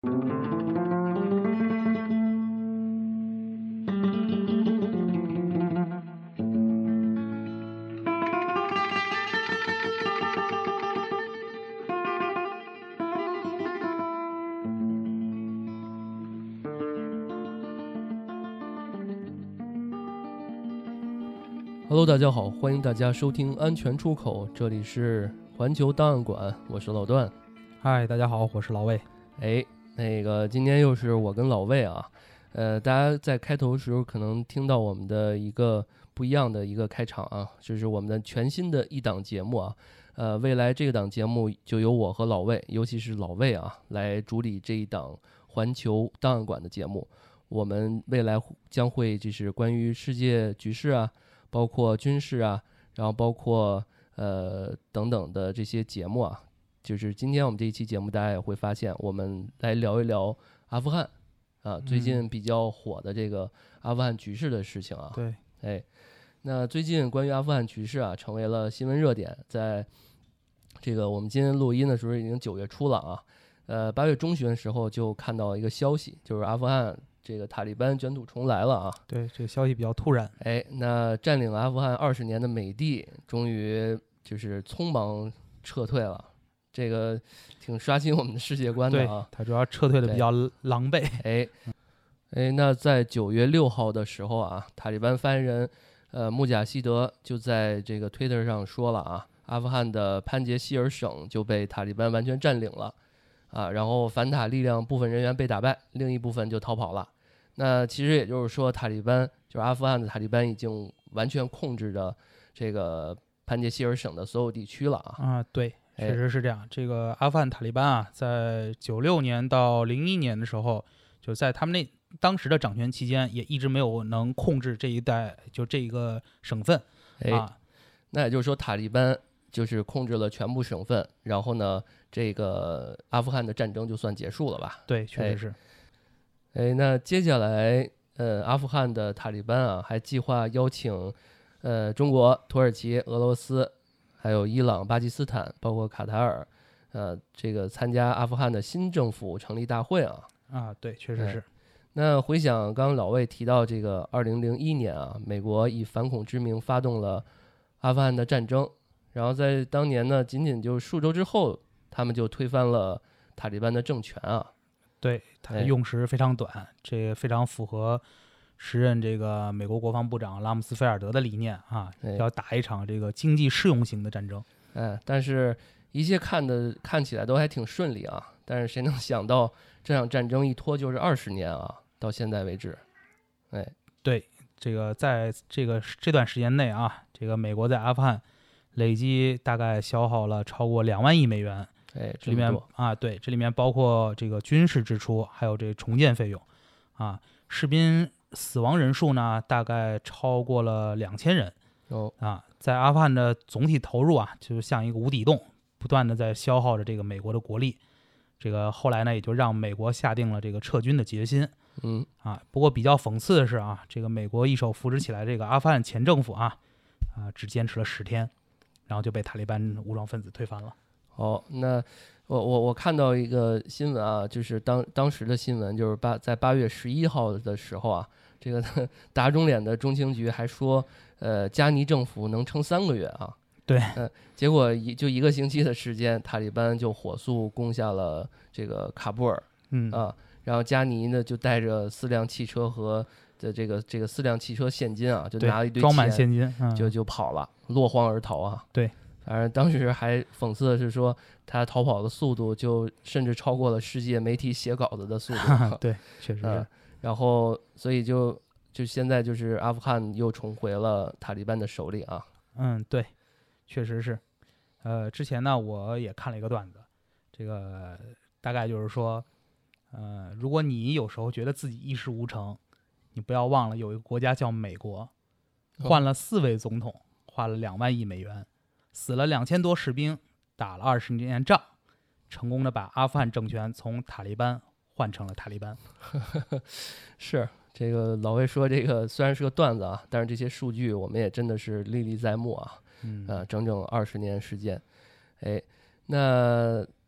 Hello， 大家好，欢迎大家收听安全出口，这里是环球档案馆，我是老段。 嗨，大家好，我是老魏。 今天又是我跟老魏啊，大家在开头的时候可能听到我们的一个不一样的一个开场啊，就是我们的全新的一档节目啊，未来这个档节目就由我和老魏，尤其是老魏啊，来主理这一档环球档案馆的节目。我们未来将会就是关于世界局势啊，包括军事啊，然后包括等等的这些节目啊，就是今天我们这一期节目，大家也会发现，我们来聊一聊阿富汗啊，最近比较火的这个阿富汗局势的事情啊。 对， 那最近关于阿富汗局势啊，成为了新闻热点。在这个我们今天录音的时候，已经9月初了啊。8月中旬的时候就看到一个消息，就是阿富汗这个塔利班卷土重来了啊！ 对，这个消息比较突然。 那占领阿富汗20年的美帝，终于就是匆忙撤退了，这个挺刷新我们的世界观的啊。 对，他主要撤退的比较狼狈。 那在9月6号的时候啊，塔利班发言人穆贾希德就在这个 Twitter 上说了啊，阿富汗的潘杰希尔省就被塔利班完全占领了啊，然后反塔力量部分人员被打败，另一部分就逃跑了。那其实也就是说，塔利班就是阿富汗的塔利班已经完全控制着这个潘杰希尔省的所有地区了啊。 对，确实是这样。这个阿富汗塔利班啊，在96年到01年的时候，就在他们当时的掌权期间，也一直没有能控制这一带就这个省份啊。 那也就是说，塔利班就是控制了全部省份，然后呢，这个阿富汗的战争就算结束了吧？ 对，确实是。 那接下来，阿富汗的塔利班啊，还计划邀请，中国、土耳其、俄罗斯，还有伊朗、巴基斯坦，包括卡塔尔，这个参加阿富汗的新政府成立大会啊。 对，确实是。 那回想刚刚老魏提到这个2001年啊，美国以反恐之名发动了阿富汗的战争，然后在当年呢，仅仅就数周之后，他们就推翻了塔利班的政权啊。 对，它的用时非常短，这非常符合时任这个美国国防部长拉姆斯菲尔德的理念啊，要打一场这个经济适用型的战争。 但是一切看起来都还挺顺利啊，但是谁能想到这场战争一拖就是20年啊，到现在为止。 对，这个在这段时间内啊，这个美国在阿富汗累计大概消耗了超过2万亿美元。这里面这里面包括这个军事支出，还有这重建费用啊。士兵死亡人数呢，大概超过了2000人在阿富汗的总体投入啊，就像一个无底洞，不断的在消耗着这个美国的国力。这个后来呢，也就让美国下定了这个撤军的决心。不过比较讽刺的是啊，这个美国一手扶持起来这个阿富汗前政府只坚持了10天，然后就被塔利班武装分子推翻了。 那我看到一个新闻啊，就是当时的新闻，就是在8月11号的时候啊，这个打肿脸的中情局还说，加尼政府能撑3个月啊。 对， 结果就1个星期的时间，塔利班就火速攻下了这个喀布尔，然后加尼呢就带着4辆汽车和的这个4辆汽车现金啊，就拿了一堆钱装满现金， 就跑了，落荒而逃啊。 对。 反正当时还讽刺的是说，他逃跑的速度就甚至超过了世界媒体写稿子的速度。 对，确实是。 然后，所以就现在就是阿富汗又重回了塔利班的手里啊。 对，确实是。之前呢，我也看了一个段子，这个大概就是说，如果你有时候觉得自己一事无成，你不要忘了有一个国家叫美国，换了4位总统，花了2万亿美元。死了2000多士兵，打了20年仗，成功的把阿富汗政权从塔利班换成了塔利班。 是这个老魏说，这个虽然是个段子啊，但是这些数据我们也真的是历历在目啊。整整20年时间。那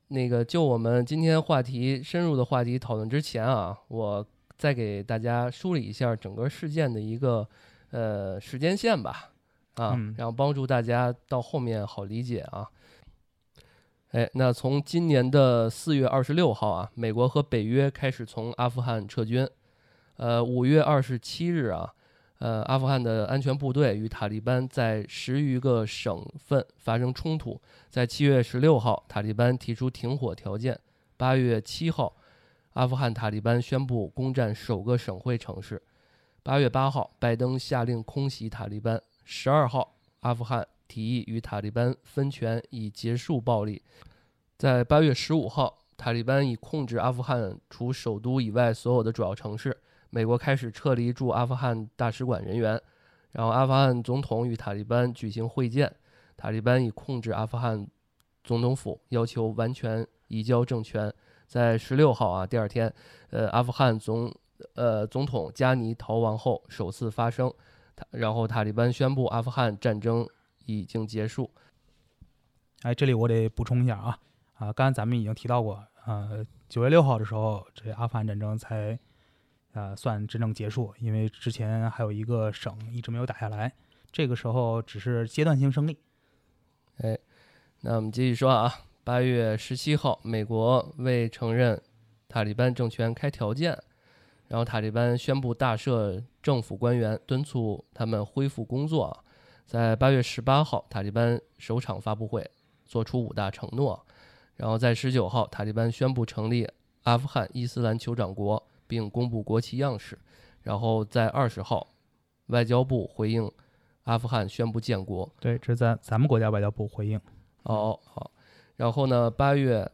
那个就我们今天深入的话题讨论之前啊，我再给大家梳理一下整个事件的一个时间线吧，然后帮助大家到后面好理解啊。那从今年的4月26号啊，美国和北约开始从阿富汗撤军。5月27日啊，阿富汗的安全部队与塔利班在10余个省份发生冲突。在7月16号，塔利班提出停火条件。8月7号，阿富汗塔利班宣布攻占首个省会城市。8月8号，拜登下令空袭塔利班。12号，阿富汗提议与塔利班分权以结束暴力。在8月15号，塔利班已控制阿富汗除首都以外所有的主要城市。美国开始撤离驻阿富汗大使馆人员，然后阿富汗总统与塔利班举行会见。塔利班已控制阿富汗总统府，要求完全移交政权。在16号啊，第二天，阿富汗总统加尼逃亡后首次发声，然后塔利班宣布阿富汗战争已经结束。 这里我得补充一下刚才咱们已经提到过，9月6号的时候，这阿富汗战争才算真正结束，因为之前还有一个省一直没有打下来，这个时候只是阶段性胜利。 那我们继续说啊，8月17号，美国为承认塔利班政权开条件，然后塔利班宣布大赦政府官员，敦促他们恢复工作。在8月18号，塔利班首场发布会，做出5大承诺。然后在19号，塔利班宣布成立阿富汗伊斯兰酋长国，并公布国旗样式。然后在20号，外交部回应阿富汗宣布建国。 对，这是咱们国家外交部回应。 好。然后呢，8月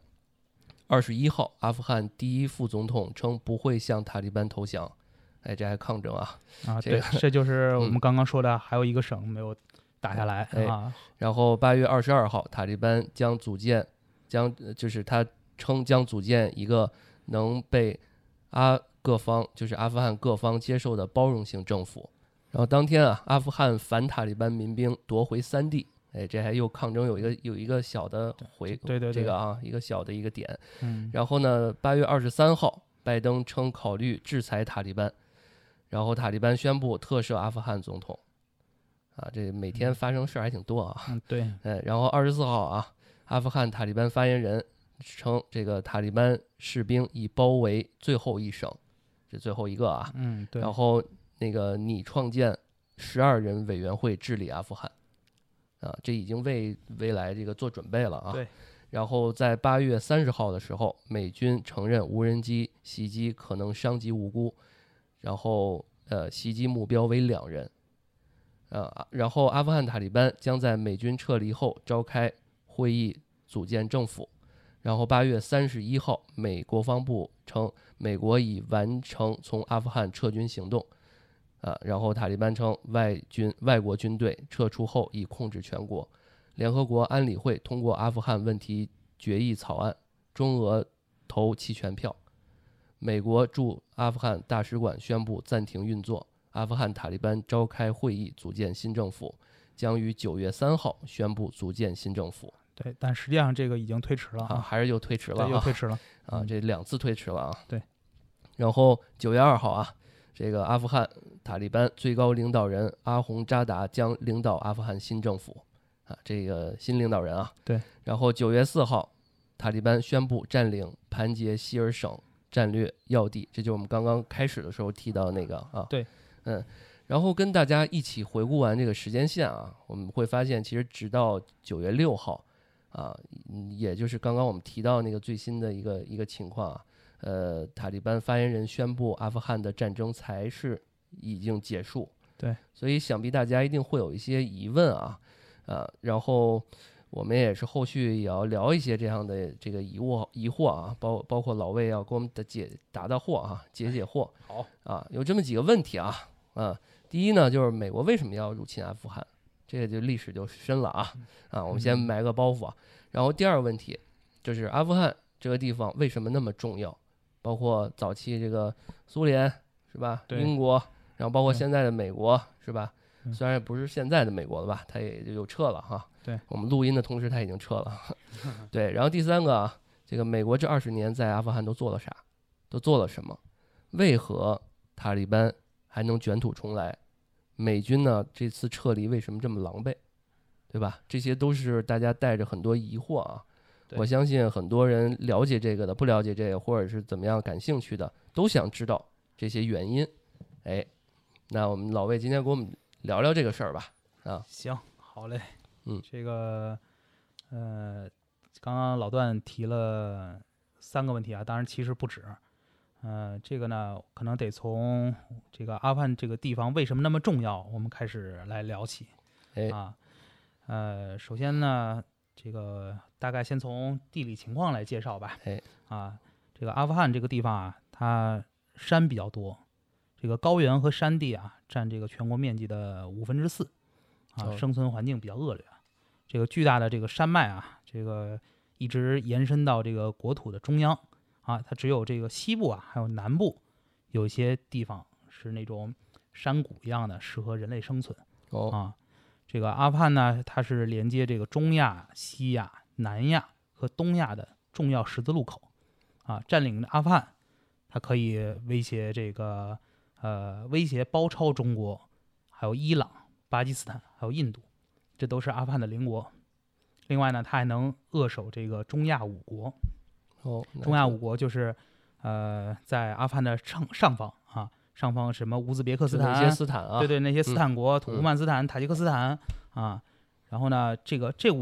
21号，阿富汗第一副总统称不会向塔利班投降。这还抗争啊！ 对，这就是我们刚刚说的，还有一个省没有打下来然后8月22号，塔利班就是他称将组建一个能被各方，就是阿富汗各方接受的包容性政府。然后当天啊，阿富汗反塔利班民兵夺回3地。这还又抗争有一个小的对这个一个小的一个点。然后呢，8月23号，拜登称考虑制裁塔利班。然后塔利班宣布特赦阿富汗总统。这每天发生事还挺多啊。 对。 然后24号啊，阿富汗塔利班发言人称这个塔利班士兵已包围最后一省，这最后一个啊。 对。 然后拟创建12人委员会治理阿富汗。这已经为未来这个做准备了啊。 对。 然后在8月30号的时候，美军承认无人机袭击可能伤及无辜，然后袭击目标为2人。然后阿富汗塔利班将在美军撤离后召开会议组建政府。然后8月31号，美国防部称美国已完成从阿富汗撤军行动。然后塔利班称外国军队撤出后已控制全国。联合国安理会通过阿富汗问题决议草案，中俄投弃权票。美国驻阿富汗大使馆宣布暂停运作。阿富汗塔利班召开会议组建新政府，将于9月3号宣布组建新政府。 对，但实际上这个已经推迟了还是又推迟了， 又推迟了这2次推迟了啊。 对。 然后9月2号啊，这个阿富汗塔利班最高领导人阿洪扎达将领导阿富汗新政府这个新领导人啊。 对。 然后9月4号，塔利班宣布占领盘杰希尔省战略要地，这就是我们刚刚开始的时候提到那个啊。 对。 然后跟大家一起回顾完这个时间线啊，我们会发现其实直到9月6号也就是刚刚我们提到那个最新的一个情况塔利班发言人宣布阿富汗的战争才是已经结束。 对。 所以想必大家一定会有一些疑问然后我们也是后续也要聊一些这样的这个疑惑啊，包括老魏要给我们答货解惑。 好有这么几个问题第一呢，就是美国为什么要入侵阿富汗？这个就历史就深了我们先埋个包袱然后第二个问题就是阿富汗这个地方为什么那么重要？包括早期这个苏联是吧？英国，然后包括现在的美国是吧？虽然也不是现在的美国了吧，他也就撤了对， 我们录音的同时他已经撤了对，然后第三个这个美国这20年在阿富汗都做了啥，都做了什么？为何塔利班还能卷土重来？美军呢这次撤离为什么这么狼狈？对吧？这些都是大家带着很多疑惑啊。我相信很多人了解这个的，不了解这个，或者是怎么样感兴趣的，都想知道这些原因。哎，那我们老魏今天给我们聊聊这个事儿吧。啊， 行，好嘞。这个刚刚老段提了3个问题啊，当然其实不止。这个呢，可能得从这个阿富汗这个地方为什么那么重要，我们开始来聊起。首先呢，这个大概先从地理情况来介绍吧。这个阿富汗这个地方啊，它山比较多，这个高原和山地啊，占这个全国面积的4/5啊，生存环境比较恶劣。这个巨大的这个山脉啊，这个一直延伸到这个国土的中央啊，它只有这个西部啊，还有南部有一些地方是那种山谷一样的，适合人类生存。这个阿富汗呢，它是连接这个中亚、西亚、南亚和东亚的重要十字路口啊。占领阿富汗，它可以威胁包抄中国，还有伊朗、巴基斯坦，还有印度，这都是阿富汗的邻国。另外呢，它还能扼守这个中亚5国。中亚5国就是在阿富汗的上方啊。上方什么乌兹别克斯坦、 那些斯坦啊， 对，那些斯坦国、土库曼斯坦、塔吉克斯坦啊。然后呢，这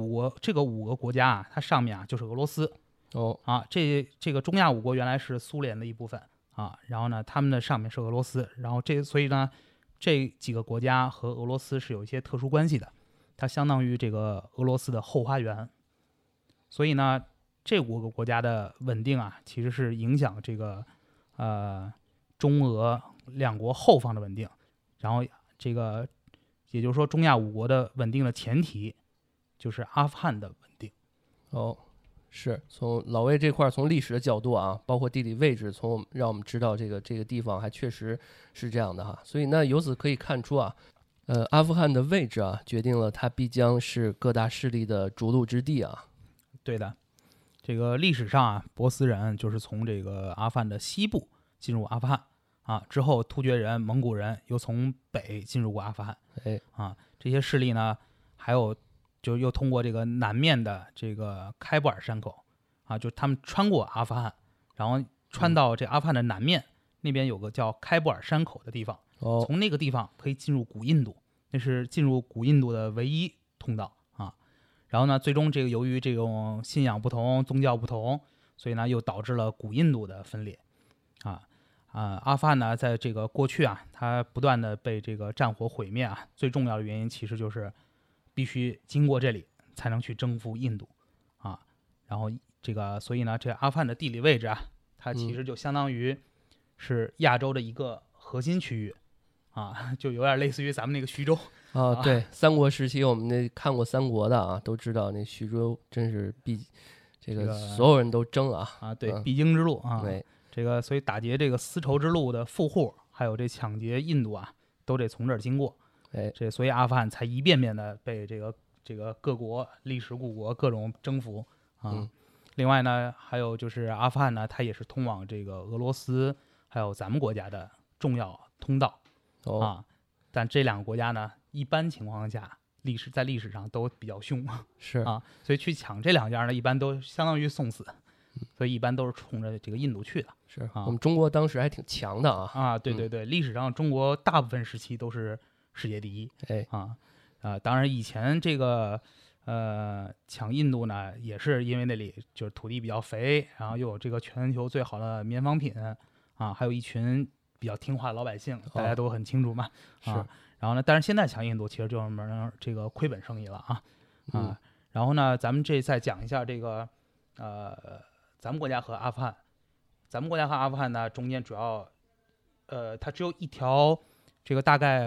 5个国家啊，它上面啊就是俄罗斯。这个中亚5国原来是苏联的一部分啊。然后呢，他们的上面是俄罗斯。然后所以呢，这几个国家和俄罗斯是有一些特殊关系的，它相当于这个俄罗斯的后花园。所以呢，这5个国家的稳定啊，其实是影响这个中俄2国后方的稳定。然后这个也就是说，中亚5国的稳定的前提就是阿富汗的稳定。 是从老魏这块从历史的角度啊，包括地理位置，让我们知道这个地方还确实是这样的哈。所以那由此可以看出啊，阿富汗的位置啊，决定了它必将是各大势力的逐鹿之地啊。 对的，这个历史上啊，波斯人就是从这个阿富汗的西部进入阿富汗啊，之后突厥人、蒙古人又从北进入过阿富汗。这些势力呢，还有就又通过这个南面的这个开布尔山口啊，就他们穿过阿富汗，然后穿到这阿富汗的南面，那边有个叫开布尔山口的地方。从那个地方可以进入古印度，那是进入古印度的唯一通道啊。然后呢，最终这个由于这种信仰不同、宗教不同，所以呢又导致了古印度的分裂阿富汗呢，在这个过去啊，它不断的被这个战火毁灭啊，最重要的原因其实就是必须经过这里才能去征服印度啊。然后这个，所以呢，这阿富汗的地理位置啊，它其实就相当于是亚洲的一个核心区域啊，就有点类似于咱们那个徐州对，三国时期我们那看过三国的啊，都知道那徐州真是这个所有人都争对，必经之路啊。 对。 这个所以打劫这个丝绸之路的富户，还有这抢劫印度啊，都得从这儿经过。所以阿富汗才一遍遍的被这个各国历史古国各种征服啊。另外呢，还有就是阿富汗呢，它也是通往这个俄罗斯还有咱们国家的重要通道但这2个国家呢，一般情况下在历史上都比较凶所以去抢这2家呢，一般都相当于送死。所以一般都是冲着这个印度去的。 我们中国当时还挺强的对，历史上中国大部分时期都是世界第一。当然以前这个抢印度呢，也是因为那里就是土地比较肥，然后又有这个全球最好的棉纺品还有一群比较听话的老百姓，大家都很清楚嘛然后呢，但是现在抢印度其实就是这个亏本生意了然后呢，咱们再讲一下这个咱们国家和阿富汗呢，中间主要它只有一条这个大概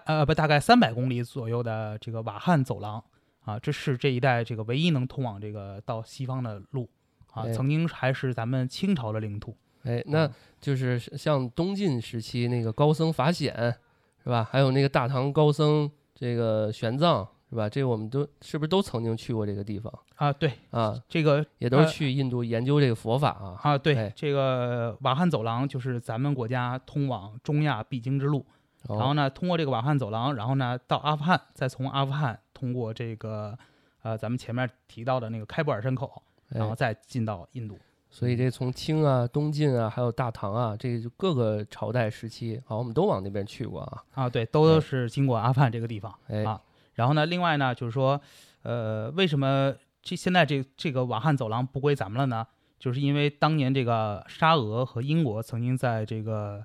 300公里左右的这个瓦罕走廊这是这一带这个唯一能通往这个到西方的路曾经还是咱们清朝的领土。 那就是像东晋时期那个高僧法显是吧？还有那个大唐高僧这个玄奘是吧？这个我们是不是都曾经去过这个地方啊？对啊， 这个也都是去印度研究这个佛法啊。 啊，对，这个瓦罕走廊就是咱们国家通往中亚必经之路。然后呢，通过这个瓦罕走廊，然后呢到阿富汗，再从阿富汗通过这个咱们前面提到的那个开普尔山口，然后再进到印度。 所以这从清啊、东晋啊，还有大唐啊，这就各个朝代时期，我们都往那边去过啊。 啊，对，都是经过阿富汗这个地方啊。然后呢，另外呢，就是说，为什么现在这个瓦罕走廊不归咱们了呢？就是因为当年这个沙俄和英国曾经在这个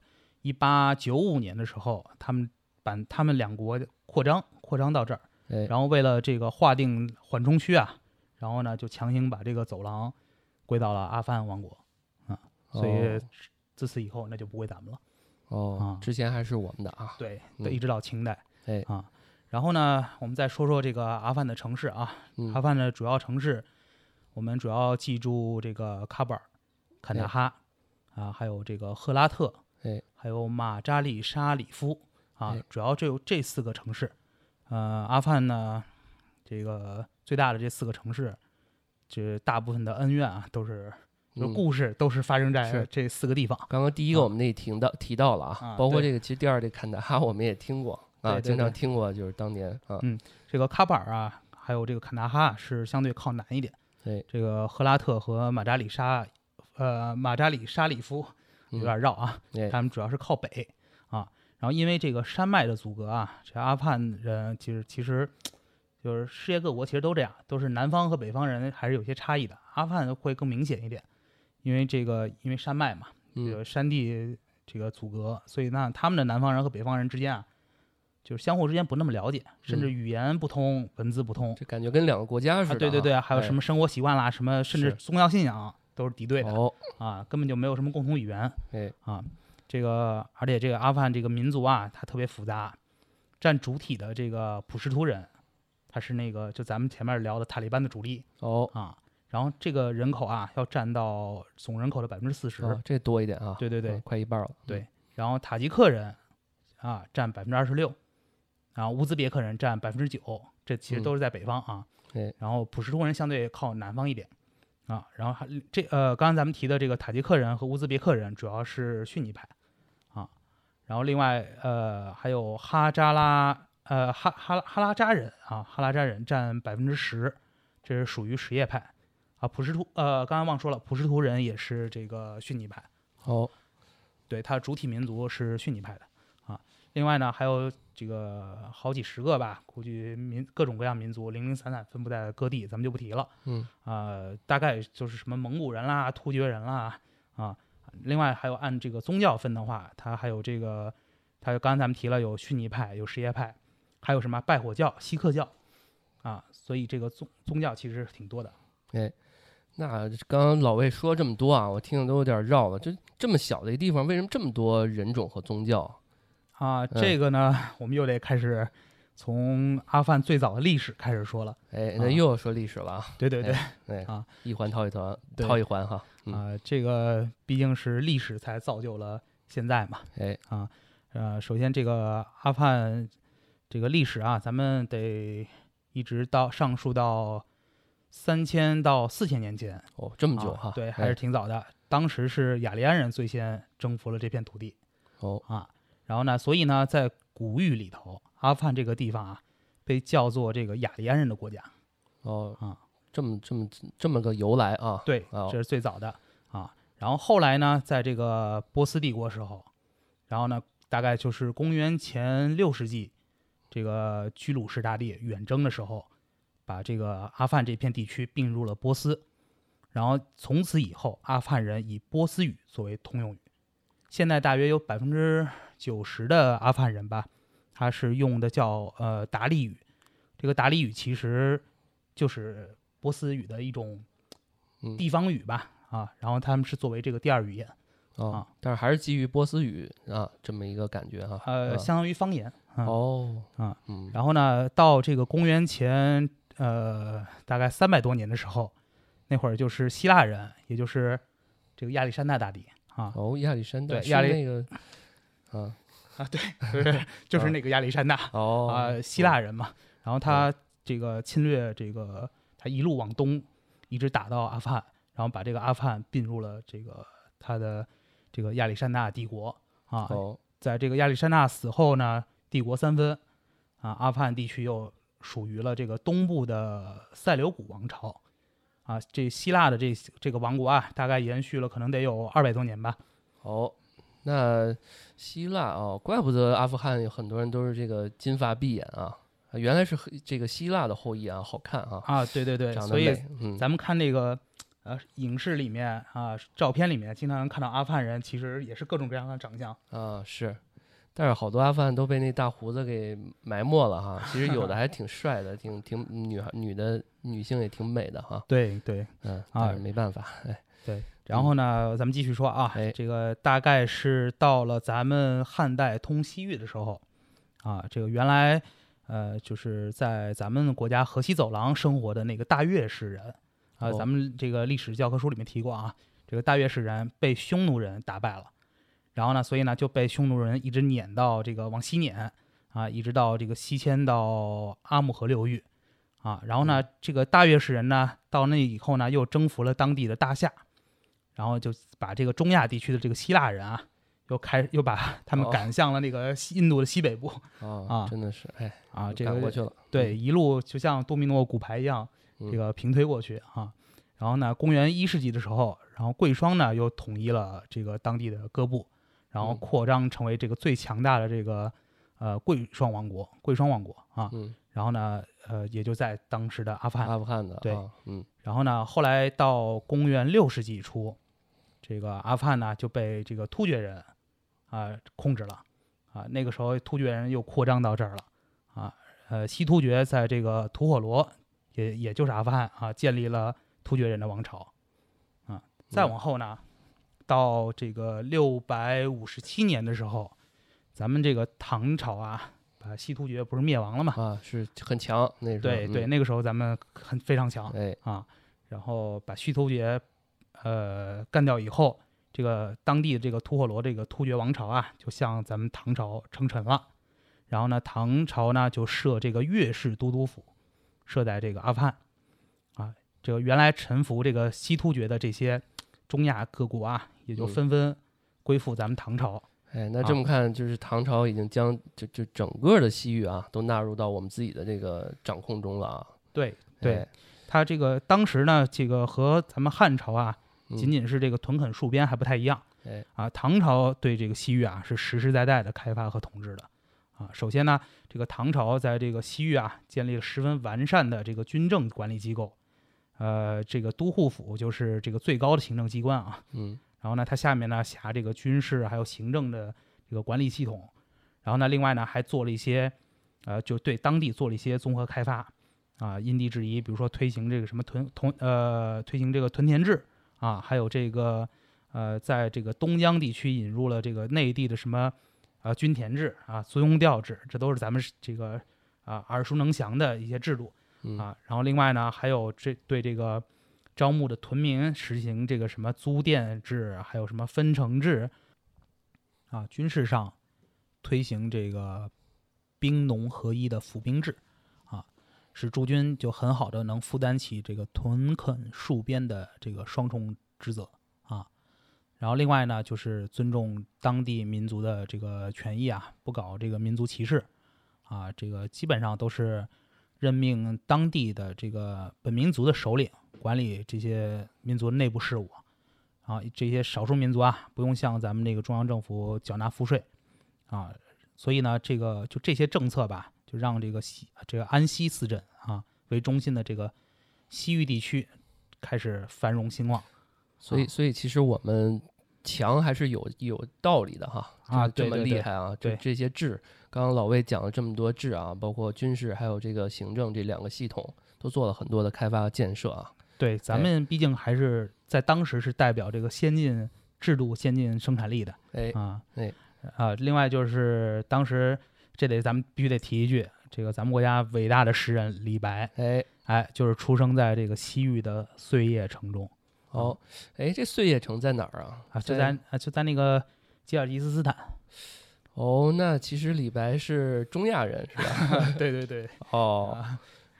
1895年的时候，他们两国扩张到这儿，然后为了这个划定缓冲区啊，然后呢就强行把这个走廊归到了阿富汗王国啊，所以自此以后那就不归咱们了。 之前还是我们的啊。 对，一直到清代。 啊， 然后呢，我们再说说这个阿富汗的城市啊。阿富汗的主要城市，我们主要记住这个喀布尔、坎大哈啊，还有这个赫拉特，还有马扎里沙里夫啊，主要这4个城市。阿富汗呢，这个最大的这4个城市，这大部分的恩怨啊，都是故事都是发生在这4个地方。 刚刚第一个我们那提到了啊，包括这个其实第二这坎大哈我们也听过啊，经常听过，就是当年啊。 这个喀布尔啊，还有这个坎大哈是相对靠南一点。这个赫拉特和马扎里沙里夫有点绕啊，他们主要是靠北啊。然后因为这个山脉的阻隔啊，这阿富汗人其实就是世界各国其实都这样，都是南方和北方人还是有些差异的。阿富汗会更明显一点，因为山脉嘛，这个山地这个阻隔，所以那他们的南方人和北方人之间啊，就是相互之间不那么了解，甚至语言不通，文字不通， 这感觉跟2个国家似的。 对，还有什么生活习惯啦，什么甚至宗教信仰都是敌对的根本就没有什么共同语言。这个而且这个阿富汗这个民族啊，它特别复杂，占主体的这个普什图人，他是那个就咱们前面聊的塔利班的主力然后这个人口啊要占到总人口的40%， 这多一点啊。 对， 快一半了。 对，然后塔吉克人啊占26%，然后乌兹别克人占9%，这其实都是在北方啊。然后普什图人相对靠南方一点啊。然后刚刚咱们提的这个塔吉克人和乌兹别克人主要是逊尼派啊。然后另外还有哈拉扎人啊，哈拉扎人占10%，这是属于什叶派啊。刚刚忘说了，普什图人也是这个逊尼派。对，它主体民族是逊尼派的啊。另外呢，还有这个好几十个吧，估计各种各样民族零零散散分布在各地，咱们就不提了。大概就是什么蒙古人啦、突厥人啦啊。另外还有按这个宗教分的话，它还有这个，它刚刚咱们提了有逊尼派、有什叶派，还有什么拜火教、锡克教啊。所以这个宗教其实挺多的。 那刚刚老魏说这么多啊，我听着都有点绕了。这么小的一地方，为什么这么多人种和宗教啊？这个呢，我们又得开始从阿富汗最早的历史开始说了。 那又要说历史了啊。 对一环套一环哈。 这个毕竟是历史才造就了现在嘛。首先这个阿富汗这个历史啊，咱们得一直上溯到3000到4000年前。 这么久哈。 对，还是挺早的。当时是雅利安人最先征服了这片土地。然后呢，所以呢，在古语里头，阿富汗这个地方啊，被叫做这个雅利安人的国家。 这么个由来啊。 对，这是最早的啊。然后后来呢，在这个波斯帝国时候，然后呢，大概就是公元前6世纪，这个居鲁士大帝远征的时候，把这个阿富汗这片地区并入了波斯。然后从此以后，阿富汗人以波斯语作为通用语。现在大约有90%的阿富汗人吧，他是用的叫达利语。这个达利语其实就是波斯语的一种地方语吧。然后他们是作为这个第2语言但是还是基于波斯语啊，这么一个感觉哈。 相当于方言。 然后呢，到这个公元前大概300多年的时候，那会儿就是希腊人，也就是这个亚历山大大帝亚历山大， 对， 那个对，就是那个亚历山大希腊人嘛。然后他这个侵略他一路往东，一直打到阿富汗，然后把这个阿富汗并入了他的这个亚历山大帝国啊。在这个亚历山大死后呢，帝国三分啊，阿富汗地区又属于了这个东部的塞琉古王朝啊。这希腊的这个王国啊，大概延续了可能得有200多年吧。 那希腊怪不得阿富汗有很多人都是这个金发碧眼啊，原来是这个希腊的后裔啊，好看啊。 对对对，所以咱们看这个影视里面啊，照片里面经常能看到阿富汗人，其实也是各种各样的长相啊。是，但是好多阿富汗都被那大胡子给埋没了哈。其实有的还挺帅的，挺女性也挺美的哈。 对对， 但是没办法， 对。然后呢，咱们继续说啊，这个大概是到了咱们汉代通西域的时候啊，这个原来就是在咱们国家河西走廊生活的那个大月氏人啊，咱们这个历史教科书里面提过啊，这个大月氏人被匈奴人打败了，然后呢，所以呢就被匈奴人一直撵到这个往西撵啊，一直到这个西迁到阿姆河流域啊，然后呢，这个大月氏人呢到那以后呢，又征服了当地的大夏。然后就把这个中亚地区的这个希腊人啊，又把他们赶向了那个印度的西北部真的是这个赶过去了。 对，一路就像多米诺骨牌一样，这个平推过去啊。然后呢，公元1世纪的时候，然后贵霜呢又统一了这个当地的各部，然后扩张成为这个最强大的这个贵霜王国啊。然后呢，也就在当时的阿富汗的对，然后呢，后来到公元6世纪初。这个阿富汗呢就被这个突厥人控制了啊，那个时候突厥人又扩张到这儿了啊，西突厥在这个吐火罗也就是阿富汗啊建立了突厥人的王朝啊。再往后呢，到这个657年的时候，咱们这个唐朝啊把西突厥不是灭亡了吗？ 是很强那时候。 对对，那个时候咱们非常强然后把西突厥干掉以后，这个当地的这个吐火罗这个突厥王朝啊，就向咱们唐朝称臣了。然后呢，唐朝呢就设这个越氏都督府，设在这个阿富汗啊。这个原来臣服这个西突厥的这些中亚各国啊，也就纷纷归附咱们唐朝。 那这么看，就是唐朝已经将就整个的西域啊，都纳入到我们自己的这个掌控中了啊。 对对，他这个当时呢，这个和咱们汉朝啊。仅仅是这个屯垦戍边还不太一样，唐朝对这个西域啊是实实在在的开发和统治的啊。首先呢，这个唐朝在这个西域啊建立了十分完善的这个军政管理机构，这个都护府就是这个最高的行政机关啊。然后呢，它下面呢辖这个军事还有行政的这个管理系统，然后呢，另外呢还做了一些就对当地做了一些综合开发啊，因地制宜，比如说推行这个什么推行这个屯田制。还有这个在这个东江地区引入了这个内地的什么均田制啊、租庸调制，这都是咱们这个耳熟能详的一些制度然后另外呢，还有对这个招募的屯民实行这个什么租佃制，还有什么分成制军事上推行这个兵农合一的府兵制使驻军就很好的能负担起这个屯垦戍边的这个双重职责然后另外呢，就是尊重当地民族的这个权益不搞这个民族歧视这个基本上都是任命当地的这个本民族的首领管理这些民族的内部事务这些少数民族不用向咱们那个中央政府缴纳赋税所以呢，这个就这些政策吧。就让这个安西四镇为中心的这个西域地区开始繁荣兴旺， 所以其实我们强还是有道理的哈这么厉害对就这些制，刚刚老魏讲了这么多制包括军事还有这个行政这两个系统都做了很多的开发建设对，咱们毕竟还是在当时是代表这个先进制度、先进生产力的另外就是当时。这咱们必须得提一句，这个咱们国家伟大的诗人李白，就是出生在这个西域的碎叶城中。 这碎叶城在哪儿就在那个吉尔吉斯斯坦。 那其实李白是中亚人是吧？ 对对对。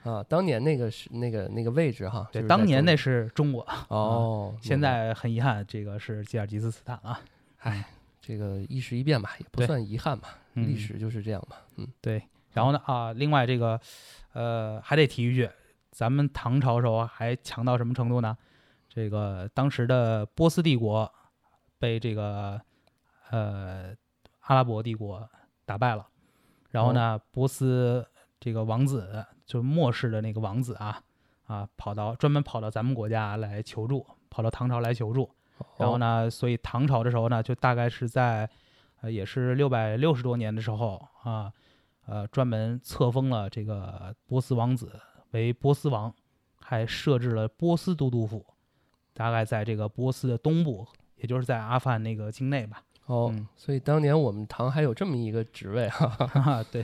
啊，当年那个是那个位置哈， 对，当年那是中国哦， 现在很遗憾，这个是吉尔吉斯斯坦了。 这个一时一变吧，也不算遗憾吧，历史就是这样吧。 对。然后呢另外这个还得提一句，咱们唐朝时候还强到什么程度呢？这个当时的波斯帝国被这个阿拉伯帝国打败了，然后呢，波斯这个王子就末世的那个王子专门跑到咱们国家来求助，跑到唐朝来求助。然后呢，所以唐朝的时候呢，就大概是在也是660多年的时候专门册封了这个波斯王子为波斯王，还设置了波斯都督府，大概在这个波斯的东部，也就是在阿富汗那个境内吧。 所以当年我们唐还有这么一个职位对。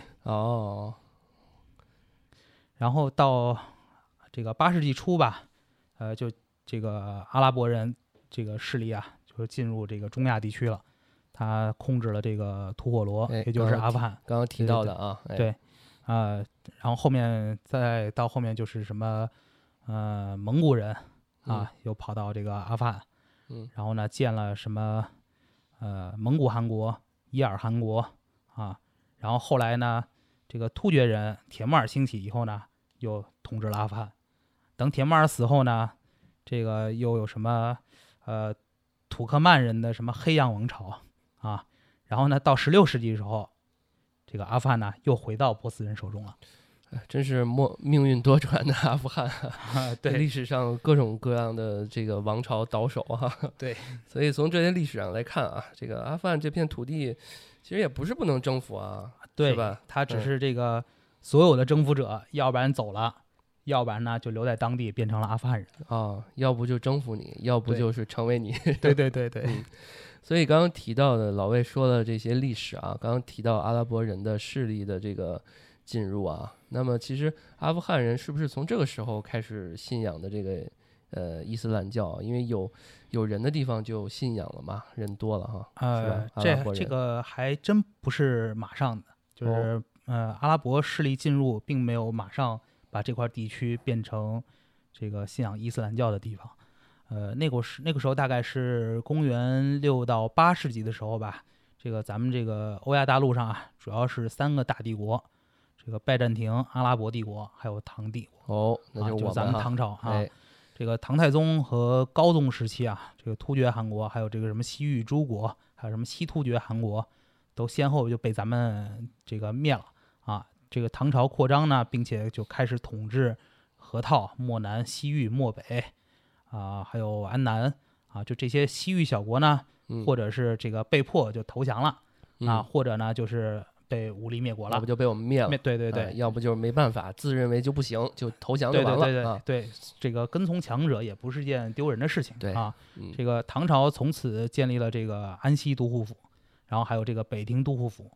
然后到这个8世纪初吧，就这个阿拉伯人这个势力就进入这个中亚地区了，他控制了这个吐火罗，也就是阿富汗。 刚刚提到的对，然后再到后面就是什么蒙古人又跑到这个阿富汗，然后呢建了什么蒙古汗国、伊尔汗国然后后来呢，这个突厥人铁木儿兴起以后呢，又统治了阿富汗。等铁木儿死后呢，这个又有什么土克曼人的什么黑羊王朝然后呢，到16世纪的时候，这个阿富汗呢又回到波斯人手中了。 真是命运多舛的阿富汗对， 历史上各种各样的这个王朝倒手对， 所以从这些历史上来看这个阿富汗这片土地其实也不是不能征服对是吧？ 他只是这个所有的征服者，要不然走了，要不然呢就留在当地变成了阿富汗人要不就征服你，要不就是成为你。 对所以刚刚提到的老魏说的这些历史刚刚提到阿拉伯人的势力的这个进入那么其实阿富汗人是不是从这个时候开始信仰的这个伊斯兰教？因为有人的地方就信仰了嘛，人多了是吧？ 这个还真不是马上的，就是阿拉伯势力进入并没有马上把这块地区变成这个信仰伊斯兰教的地方。那个时候大概是公元6到8世纪的时候吧。这个咱们这个欧亚大陆上主要是3个大帝国，这个拜占庭、阿拉伯帝国还有唐帝国。 那就咱们唐朝这个唐太宗和高宗时期这个突厥汗国，还有这个什么西域诸国，还有什么西突厥汗国，都先后就被咱们这个灭了这个唐朝扩张呢，并且就开始统治河套、漠南、西域、漠北还有安南就这些西域小国呢，或者是这个被迫就投降了或者呢就是被武力灭国了， 要不就被我们灭了。 对， 要不就是没办法，自认为就不行，就投降就完了。 对，这个跟从强者也不是件丢人的事情。 对这个唐朝从此建立了这个安西都护府，然后还有这个北庭都护府，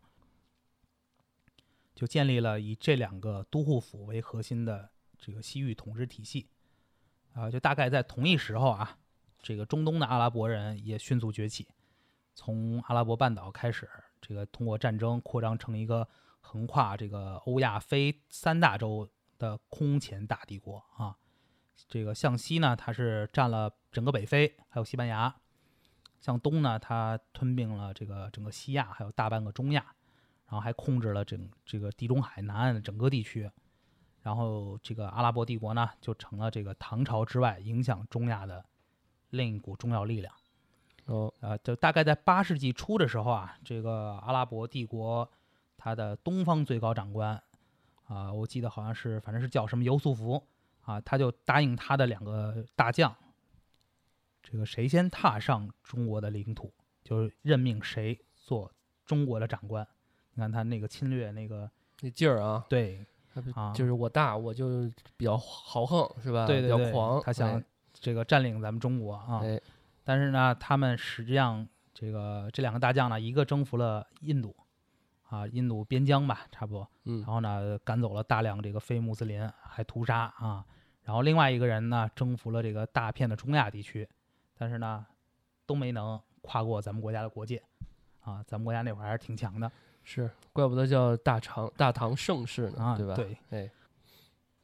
就建立了以这2个都护府为核心的这个西域统治体系就大概在同一时候这个中东的阿拉伯人也迅速崛起，从阿拉伯半岛开始，这个通过战争扩张成一个横跨这个欧亚非3大洲的空前大帝国这个向西呢，它是占了整个北非还有西班牙；向东呢，它吞并了这个整个西亚还有大半个中亚，然后还控制了这个地中海南岸的整个地区。然后这个阿拉伯帝国呢，就成了这个唐朝之外影响中亚的另一股重要力量。就大概在8世纪初的时候这个阿拉伯帝国它的东方最高长官我记得好像是反正是叫什么尤素福他就答应他的2个大将，这个谁先踏上中国的领土，就任命谁做中国的长官。你看他那个侵略那劲儿对就是我大，我就比较豪横，是吧？ 对， 比较狂， 他想这个占领咱们中国但是呢，他们实际上这2个大将呢，一个征服了印度印度边疆吧，差不多，然后呢赶走了大量这个非穆斯林，还屠杀然后另外一个人呢征服了这个大片的中亚地区，但是呢都没能跨过咱们国家的国界咱们国家那会儿还是挺强的。 是，怪不得叫大唐盛世呢，对吧？ 对，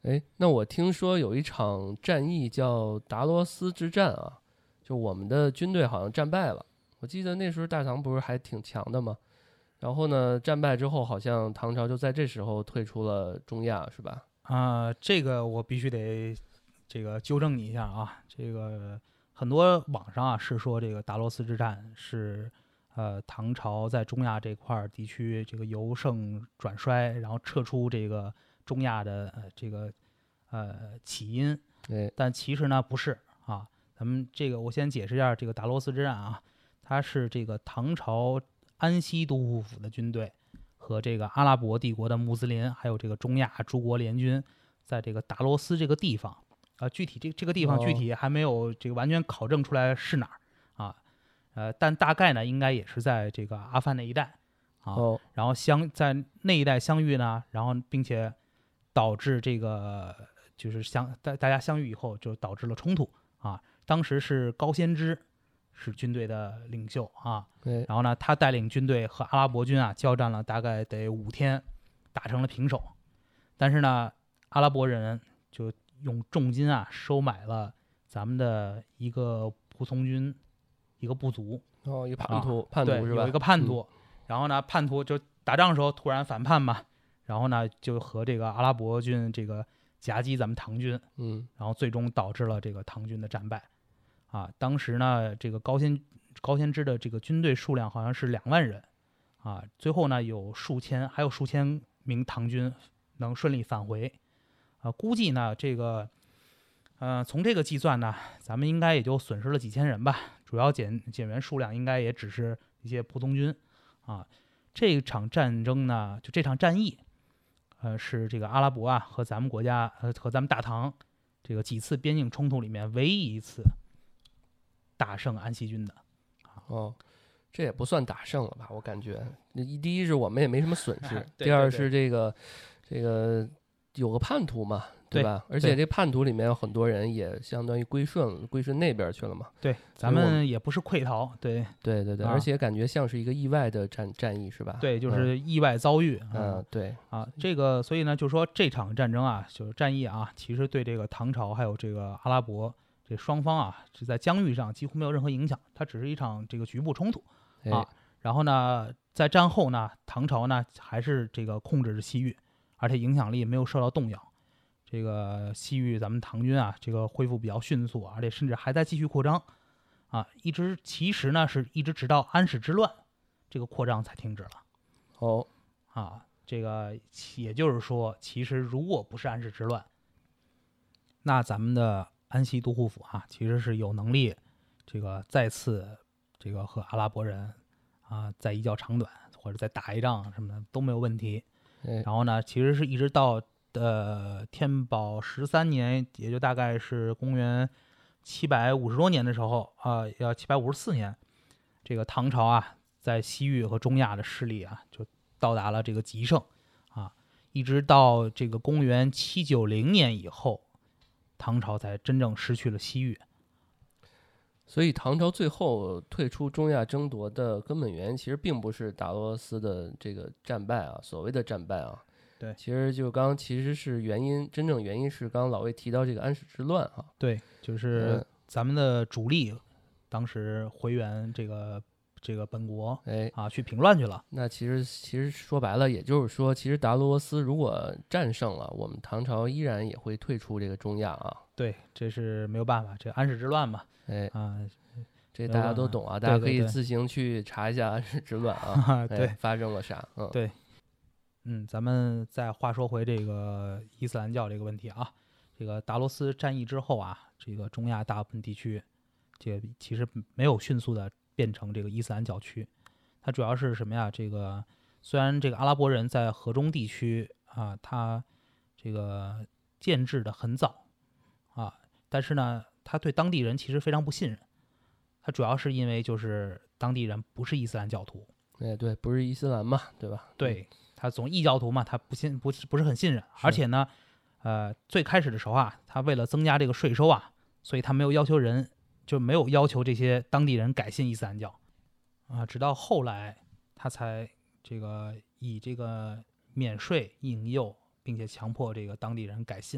哎，那我听说有一场战役叫达罗斯之战啊，就我们的军队好像战败了。我记得那时候大唐不是还挺强的吗？然后呢，战败之后，好像唐朝就在这时候退出了中亚，是吧？ 这个我必须得这个纠正你一下啊，这个很多网上啊是说这个达罗斯之战是唐朝在中亚这块地区这个由盛转衰，然后撤出这个中亚的这个起因，但其实呢不是啊。咱们这个我先解释一下这个达罗斯之战啊，它是这个唐朝安西都护府的军队和这个阿拉伯帝国的穆斯林，还有这个中亚诸国联军，在这个达罗斯这个地方，具体这个地方具体还没有这个完全考证出来是哪儿啊，但大概呢应该也是在这个阿富汗那一带啊，然后在那一带相遇呢，然后并且导致这个就是大家相遇以后就导致了冲突啊，当时是高仙芝是军队的领袖啊，然后呢，他带领军队和阿拉伯军啊交战了大概得5天，打成了平手。但是呢，阿拉伯人就用重金啊收买了咱们的一个仆从军，一个部族一个叛徒是吧？ 有一个叛徒，然后呢，叛徒就打仗的时候突然反叛嘛，然后呢就和这个阿拉伯军这个夹击咱们唐军，然后最终导致了这个唐军的战败。当时呢，这个高仙芝的这个军队数量好像是2万人，最后呢还有数千名唐军能顺利返回，估计呢这个，从这个计算呢，咱们应该也就损失了几千人吧，主要减员数量应该也只是一些仆从军，这场战争呢，就这场战役，是这个阿拉伯啊和咱们国家和咱们大唐这个几次边境冲突里面唯一一次打胜安西军的。 这也不算打胜了吧？我感觉，第一是我们也没什么损失， 对第二是这个有个叛徒嘛，对吧？而且这叛徒里面有很多人也相当于归顺那边去了嘛。 对，咱们也不是溃逃，对， 而且感觉像是一个意外的战役，是吧？ 对，就是意外遭遇。 对这个所以呢，就说这场战争啊，就是战役啊，其实对这个唐朝还有这个阿拉伯这双方啊，是在疆域上几乎没有任何影响，它只是一场这个局部冲突然后呢，在战后呢，唐朝呢还是这个控制着西域，而且影响力没有受到动摇。这个西域咱们唐军啊，这个恢复比较迅速，而且甚至还在继续扩张其实呢是一直直到安史之乱，这个扩张才停止了。这个也就是说，其实如果不是安史之乱，那咱们的安西都护府其实是有能力这个再次这个和阿拉伯人再一较长短，或者再打一仗什么的都没有问题。然后呢，其实是一直到天宝13年，也就大概是公元750多年的时候要754年，这个唐朝在西域和中亚的势力就到达了这个极盛一直到这个公元790年以后，唐朝才真正失去了西域。 所以唐朝最后退出中亚争夺的根本原因，其实并不是达罗斯的这个战败所谓的战败对， 其实就其实是真正原因是刚刚老魏提到这个安史之乱对，就是咱们的主力当时回援这个本国去平乱去了。 那其实说白了，也就是说，其实达罗斯如果战胜了，我们唐朝依然也会退出这个中亚对，这是没有办法，这个安史之乱嘛。 这大家都懂大家可以自行去查一下安史之乱对， 发生了啥？ 对，咱们再话说回这个伊斯兰教这个问题这个达罗斯战役之后这个中亚大部分地区，这个其实没有迅速的变成这个伊斯兰教区，它主要是什么呀？这个虽然这个阿拉伯人在河中地区他这个建制的很早但是呢，他对当地人其实非常不信任。他主要是因为就是当地人不是伊斯兰教徒， 对，不是伊斯兰嘛，对吧？ 对，他总异教徒嘛，他不是很信任。而且呢，最开始的时候他为了增加这个税收所以他没有要求这些当地人改信伊斯兰教直到后来他才这个以这个免税引诱，并且强迫这个当地人改信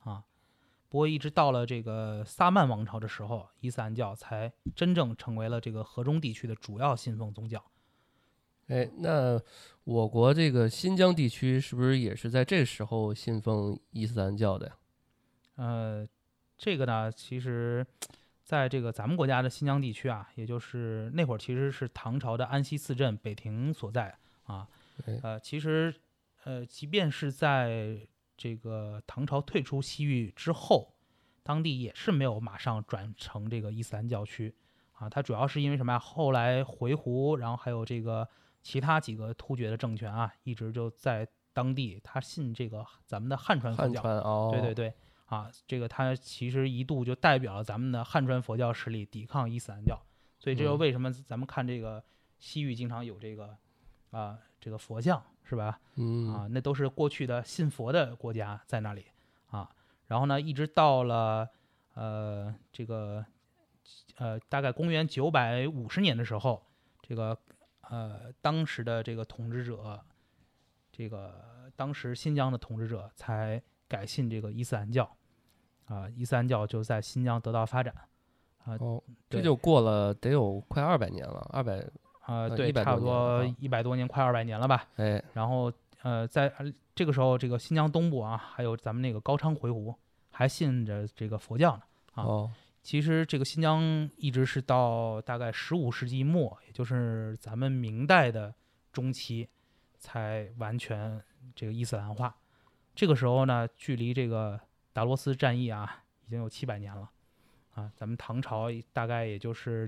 啊。不过一直到了这个萨曼王朝的时候，伊斯兰教才真正成为了这个河中地区的主要信奉宗教。 那我国这个新疆地区是不是也是在这时候信奉伊斯兰教的呀？ 这个呢，其实在这个咱们国家的新疆地区啊，也就是那会儿其实是唐朝的安西四镇北庭所在啊。其实即便是在这个唐朝退出西域之后，当地也是没有马上转成这个伊斯兰教区啊。它主要是因为什么呀？后来回鹘，然后还有这个其他几个突厥的政权啊，一直就在当地，他信这个咱们的汉传佛教。对对对。这个他其实一度就代表了咱们的汉传佛教势力抵抗伊斯兰教，所以这就为什么咱们看这个西域经常有这个这个佛像，是吧？那都是过去的信佛的国家在那里啊。然后呢，一直到了这个大概公元950年的时候，这个当时的这个统治者，当时新疆的统治者才改信这个伊斯兰教。伊斯兰教就在新疆得到发展这就过了得有快200年了，200 对，差不多100多年，快200年了吧。然后在这个时候，这个新疆东部啊，还有咱们那个高昌回鹘还信着这个佛教呢其实这个新疆一直是到大概15世纪末，也就是咱们明代的中期，才完全这个伊斯兰化。这个时候呢，距离这个达罗斯战役啊，已经有700年了咱们唐朝大概也就是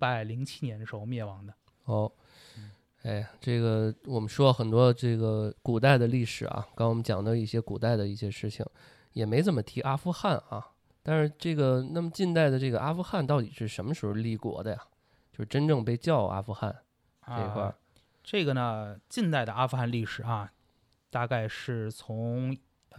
907年的时候灭亡的。 这个我们说很多这个古代的历史啊，刚刚我们讲的一些古代的一些事情，也没怎么提阿富汗啊。但是这个那么近代的这个阿富汗到底是什么时候立国的呀？就是真正被叫阿富汗这一块这个呢，近代的阿富汗历史啊，大概是从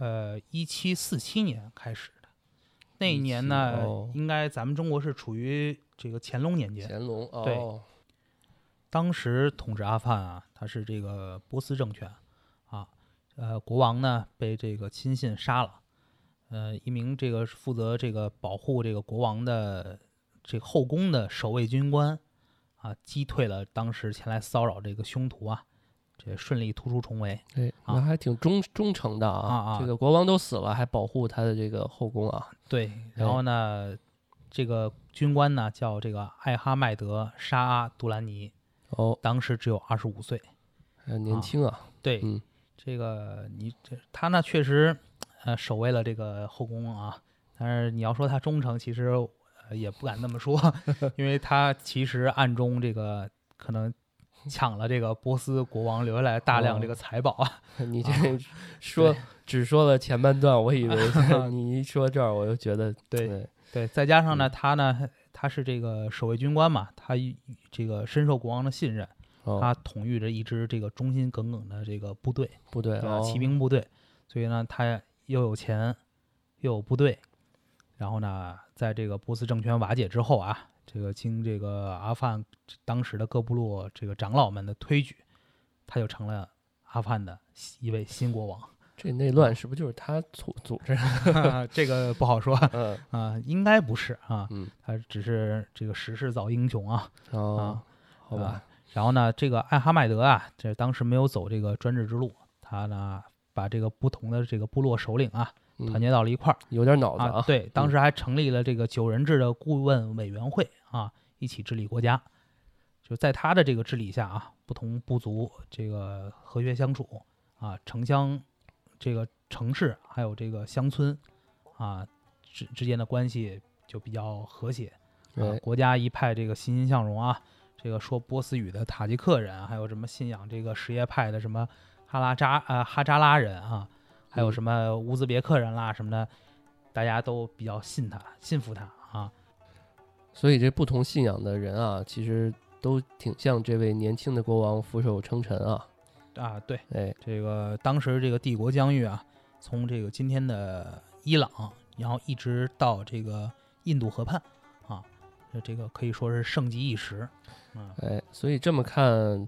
1747年开始的。那一年呢，应该咱们中国是处于这个乾隆年间。 乾隆对，当时统治阿富汗啊，他是这个波斯政权国王呢被这个亲信杀了，一名这个负责这个保护这个国王的这个后宫的守卫军官击退了当时前来骚扰这个凶徒这顺利突出重围。 那还挺忠诚的这个国王都死了，还保护他的这个后宫对，然后呢，这个军官呢叫这个艾哈迈德·沙阿·杜兰尼，当时只有25岁， 年轻对，这个他呢确实守卫了这个后宫但是你要说他忠诚，其实也不敢那么说，因为他其实暗中这个可能抢了这个波斯国王留下来大量这个财宝你这说只说了前半段，我以为你一说这儿，我就觉得对，再加上呢，他是这个守卫军官嘛，他这个深受国王的信任，他统御着一支这个忠心耿耿的这个部队骑兵部队，所以呢，他又有钱又有部队，然后呢，在这个波斯政权瓦解之后这个经这个阿富汗当时的各部落这个长老们的推举，他就成了阿富汗的一位新国王。 这内乱是不是就是他组织这个不好说应该不是他只是这个时势造英雄好吧。 然后呢，这个艾哈迈德这当时没有走这个专制之路，他呢把这个不同的这个部落首领团结到了一块儿， 有点脑子对，当时还成立了这个9人制的顾问委员会一起治理国家。就在他的这个治理下不同部族这个和谐相处城乡这个城市还有这个乡村之间的关系就比较和谐国家一派这个欣欣向荣这个说波斯语的塔吉克人，还有什么信仰这个什叶派的什么哈扎拉人还有什么乌兹别克人啦什么的，大家都比较信服他所以这不同信仰的人其实都挺像这位年轻的国王俯首称臣对，这个当时这个帝国疆域从这个今天的伊朗，然后一直到这个印度河畔这个可以说是盛极一时所以这么看，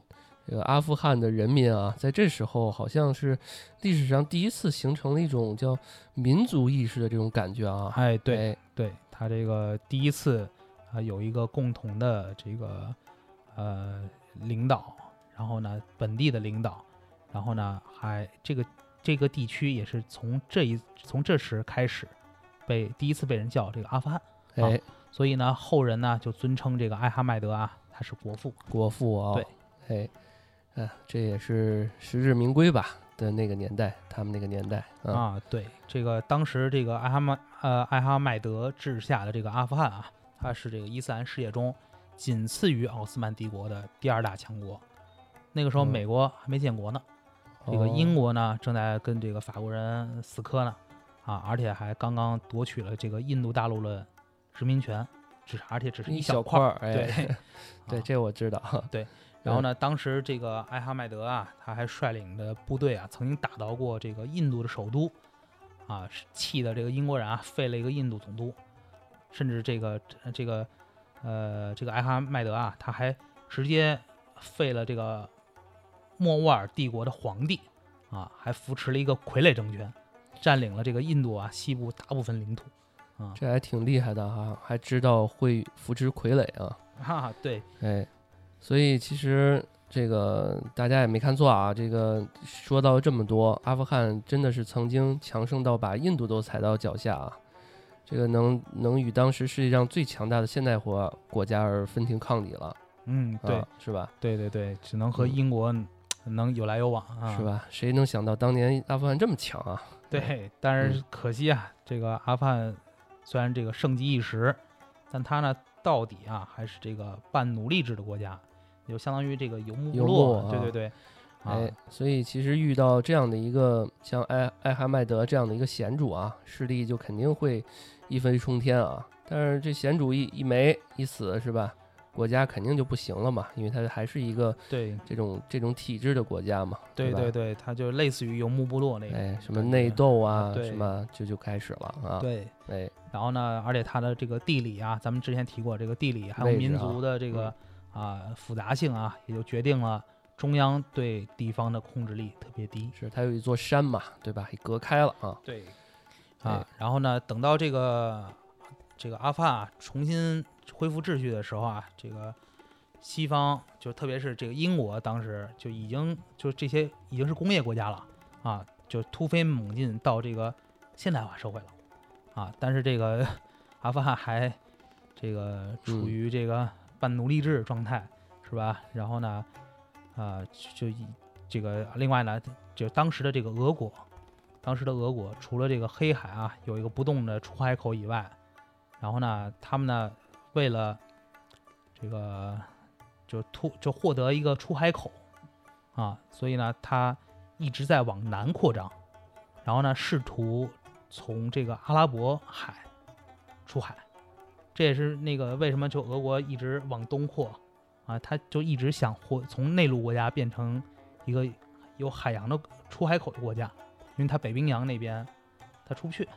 这个阿富汗的人民啊，在这时候好像是历史上第一次形成了一种叫民族意识的这种感觉啊。 哎，对，他这个第一次有一个共同的这个领导，然后呢本地的领导，然后呢还这个地区也是从这时开始第一次被人叫这个阿富汗。 哎， 所以呢后人呢就尊称这个艾哈迈德啊，他是国父啊。 对， 这也是实至名归吧的那个年代，他们那个年代啊。对，这个当时这个艾哈迈德治下的这个阿富汗啊，它是这个伊斯兰世界中仅次于奥斯曼帝国的第2大强国。那个时候美国还没建国呢，这个英国呢正在跟这个法国人死磕呢，而且还刚刚夺取了这个印度大陆的殖民权，而且只是一小块。 对， 对，这我知道。 对，然后呢，当时这个艾哈迈德啊，他还率领的部队啊，曾经打到过这个印度的首都，气的这个英国人啊废了一个印度总督，甚至这个艾哈迈德啊，他还直接废了这个莫卧儿帝国的皇帝还扶持了一个傀儡政权，占领了这个印度西部大部分领土这还挺厉害的哈，还知道会扶持傀儡对， 所以其实这个大家也没看错啊，这个说到这么多，阿富汗真的是曾经强盛到把印度都踩到脚下啊，这个能与当时世界上最强大的现代化国家而分庭抗礼了。 对， 是吧？ 对，只能和英国能有来有往是吧？谁能想到当年阿富汗这么强啊？ 对，但是可惜这个阿富汗虽然这个盛极一时，但它呢到底还是这个半奴隶制的国家，就相当于这个游牧部落。对， 所以其实遇到这样的一个像艾哈迈德这样的一个贤主势力就肯定会一飞冲天啊。但是这贤主一没一死是吧？国家肯定就不行了嘛，因为它还是一个这种体制的国家嘛。 对，它就类似于游牧部落那个什么内斗什么就开始了对，然后呢，而且它的这个地理咱们之前提过，这个地理还有民族的这个复杂性也就决定了中央对地方的控制力特别低。 是它有一座山嘛，对吧？给隔开了对，然后呢，等到这个阿富汗重新恢复秩序的时候这个西方就特别是这个英国当时这些已经是工业国家了就突飞猛进到这个现代化社会了但是这个阿富汗还这个处于这个半奴隶制状态，是吧？然后呢就这个另外呢，就当时的俄国除了这个黑海有一个不动的出海口以外，然后呢，他们呢为了这个就获得一个出海口所以呢，他一直在往南扩张，然后呢，试图从这个阿拉伯海出海。这也是那个为什么就俄国一直往东扩他就一直想从内陆国家变成一个有海洋的出海口的国家，因为他北冰洋那边他出不去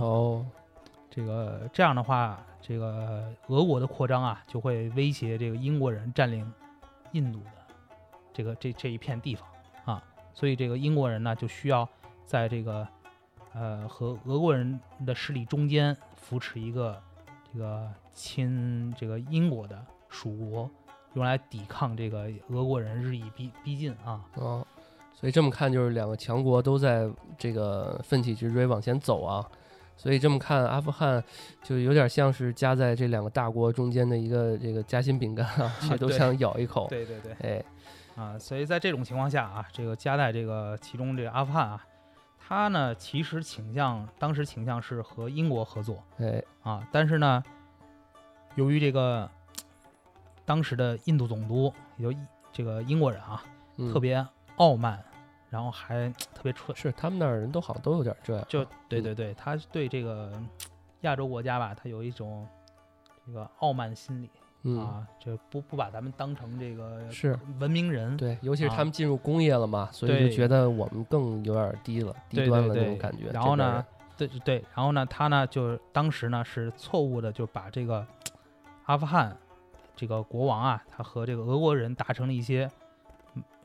这样的话，这个俄国的扩张就会威胁这个英国人占领印度的这一片地方所以这个英国人呢就需要在这个和俄国人的势力中间扶持一个亲这个英国的属国，用来抵抗这个俄国人日益逼近所以这么看就是两个强国都在这个奋起直追往前走所以这么看，阿富汗就有点像是夹在这两个大国中间的一个这个夹心饼干谁都想咬一口。 对，所以在这种情况下这个夹在这个其中这个阿富汗他呢其实当时倾向是和英国合作，但是呢，由于这个当时的印度总督也就这个英国人特别傲慢。然后还特别蠢， 是他们那儿人都好像都有点这样， 就对，他对这个亚洲国家吧，他有一种这个傲慢心理就不把咱们当成这个是文明人， 对，尤其是他们进入工业了嘛，所以就觉得我们更有点低端了那种感觉。 然后呢，对，然后呢，他呢就当时呢是错误的就把这个阿富汗这个国王他和这个俄国人达成了一些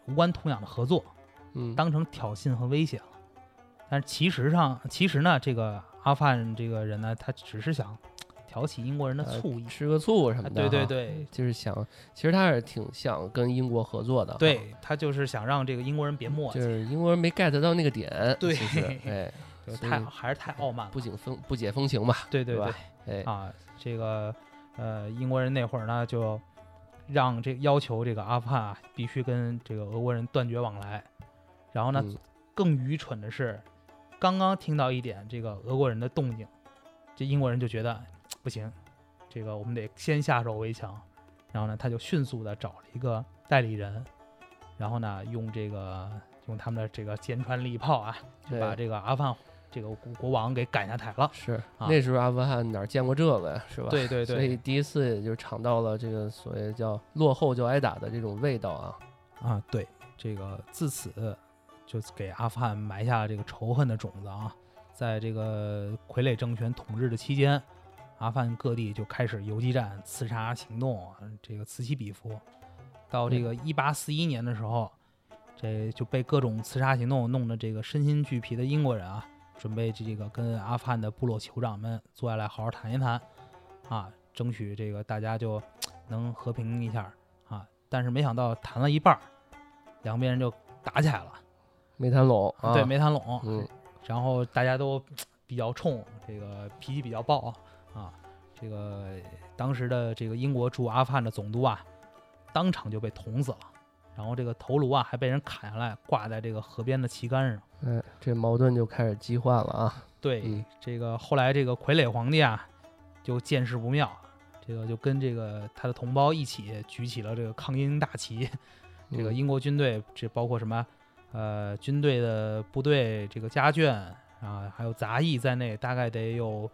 无关痛痒的合作，当成挑衅和威胁了。但是其实呢，这个阿富汗这个人呢，他只是想挑起英国人的醋意， 吃个醋什么的。 对， 就是想，其实他是挺想跟英国合作的。 对，他就是想让这个英国人别磨叽， 就是英国人没 get 到那个点。 对， 哎， 还是太傲慢了， 不解风情吧？ 对吧？哎啊，这个英国人那会儿呢，就要求这个阿富汗啊，必须跟这个俄国人断绝往来。然后呢，更愚蠢的是，刚刚听到一点这个俄国人的动静，这英国人就觉得不行，这个我们得先下手为强。然后呢，他就迅速的找了一个代理人，然后呢，用他们的这个坚船利炮啊，就把这个阿富汗这个国王给赶下台了。 是，那时候阿富汗哪见过这个呀，是吧？ 对， 所以第一次也就尝到了这个所谓叫落后就挨打的这种味道啊。 对，这个自此就给阿富汗埋下这个仇恨的种子啊。在这个傀儡政权统治的期间，阿富汗各地就开始游击战、刺杀行动，这个此起彼伏。到这个1841年的时候，这就被各种刺杀行动弄得这个身心俱疲的英国人啊，准备这个跟阿富汗的部落酋长们坐下来好好谈一谈啊，争取这个大家就能和平一下啊。但是没想到谈了一半，两边人就打起来了， 没谈拢啊。 对，没谈拢。然后大家都比较冲，这个脾气比较暴啊。这个当时的这个英国驻阿富汗的总督啊，当场就被捅死了。然后这个头颅啊还被人砍下来，挂在这个河边的旗杆上。 这矛盾就开始激化了啊。 对，这个后来这个傀儡皇帝啊，就见势不妙，这个就跟这个他的同胞一起举起了这个抗英大旗。这个英国军队，这包括什么军队的部队这个家眷啊，还有杂役在内，大概得有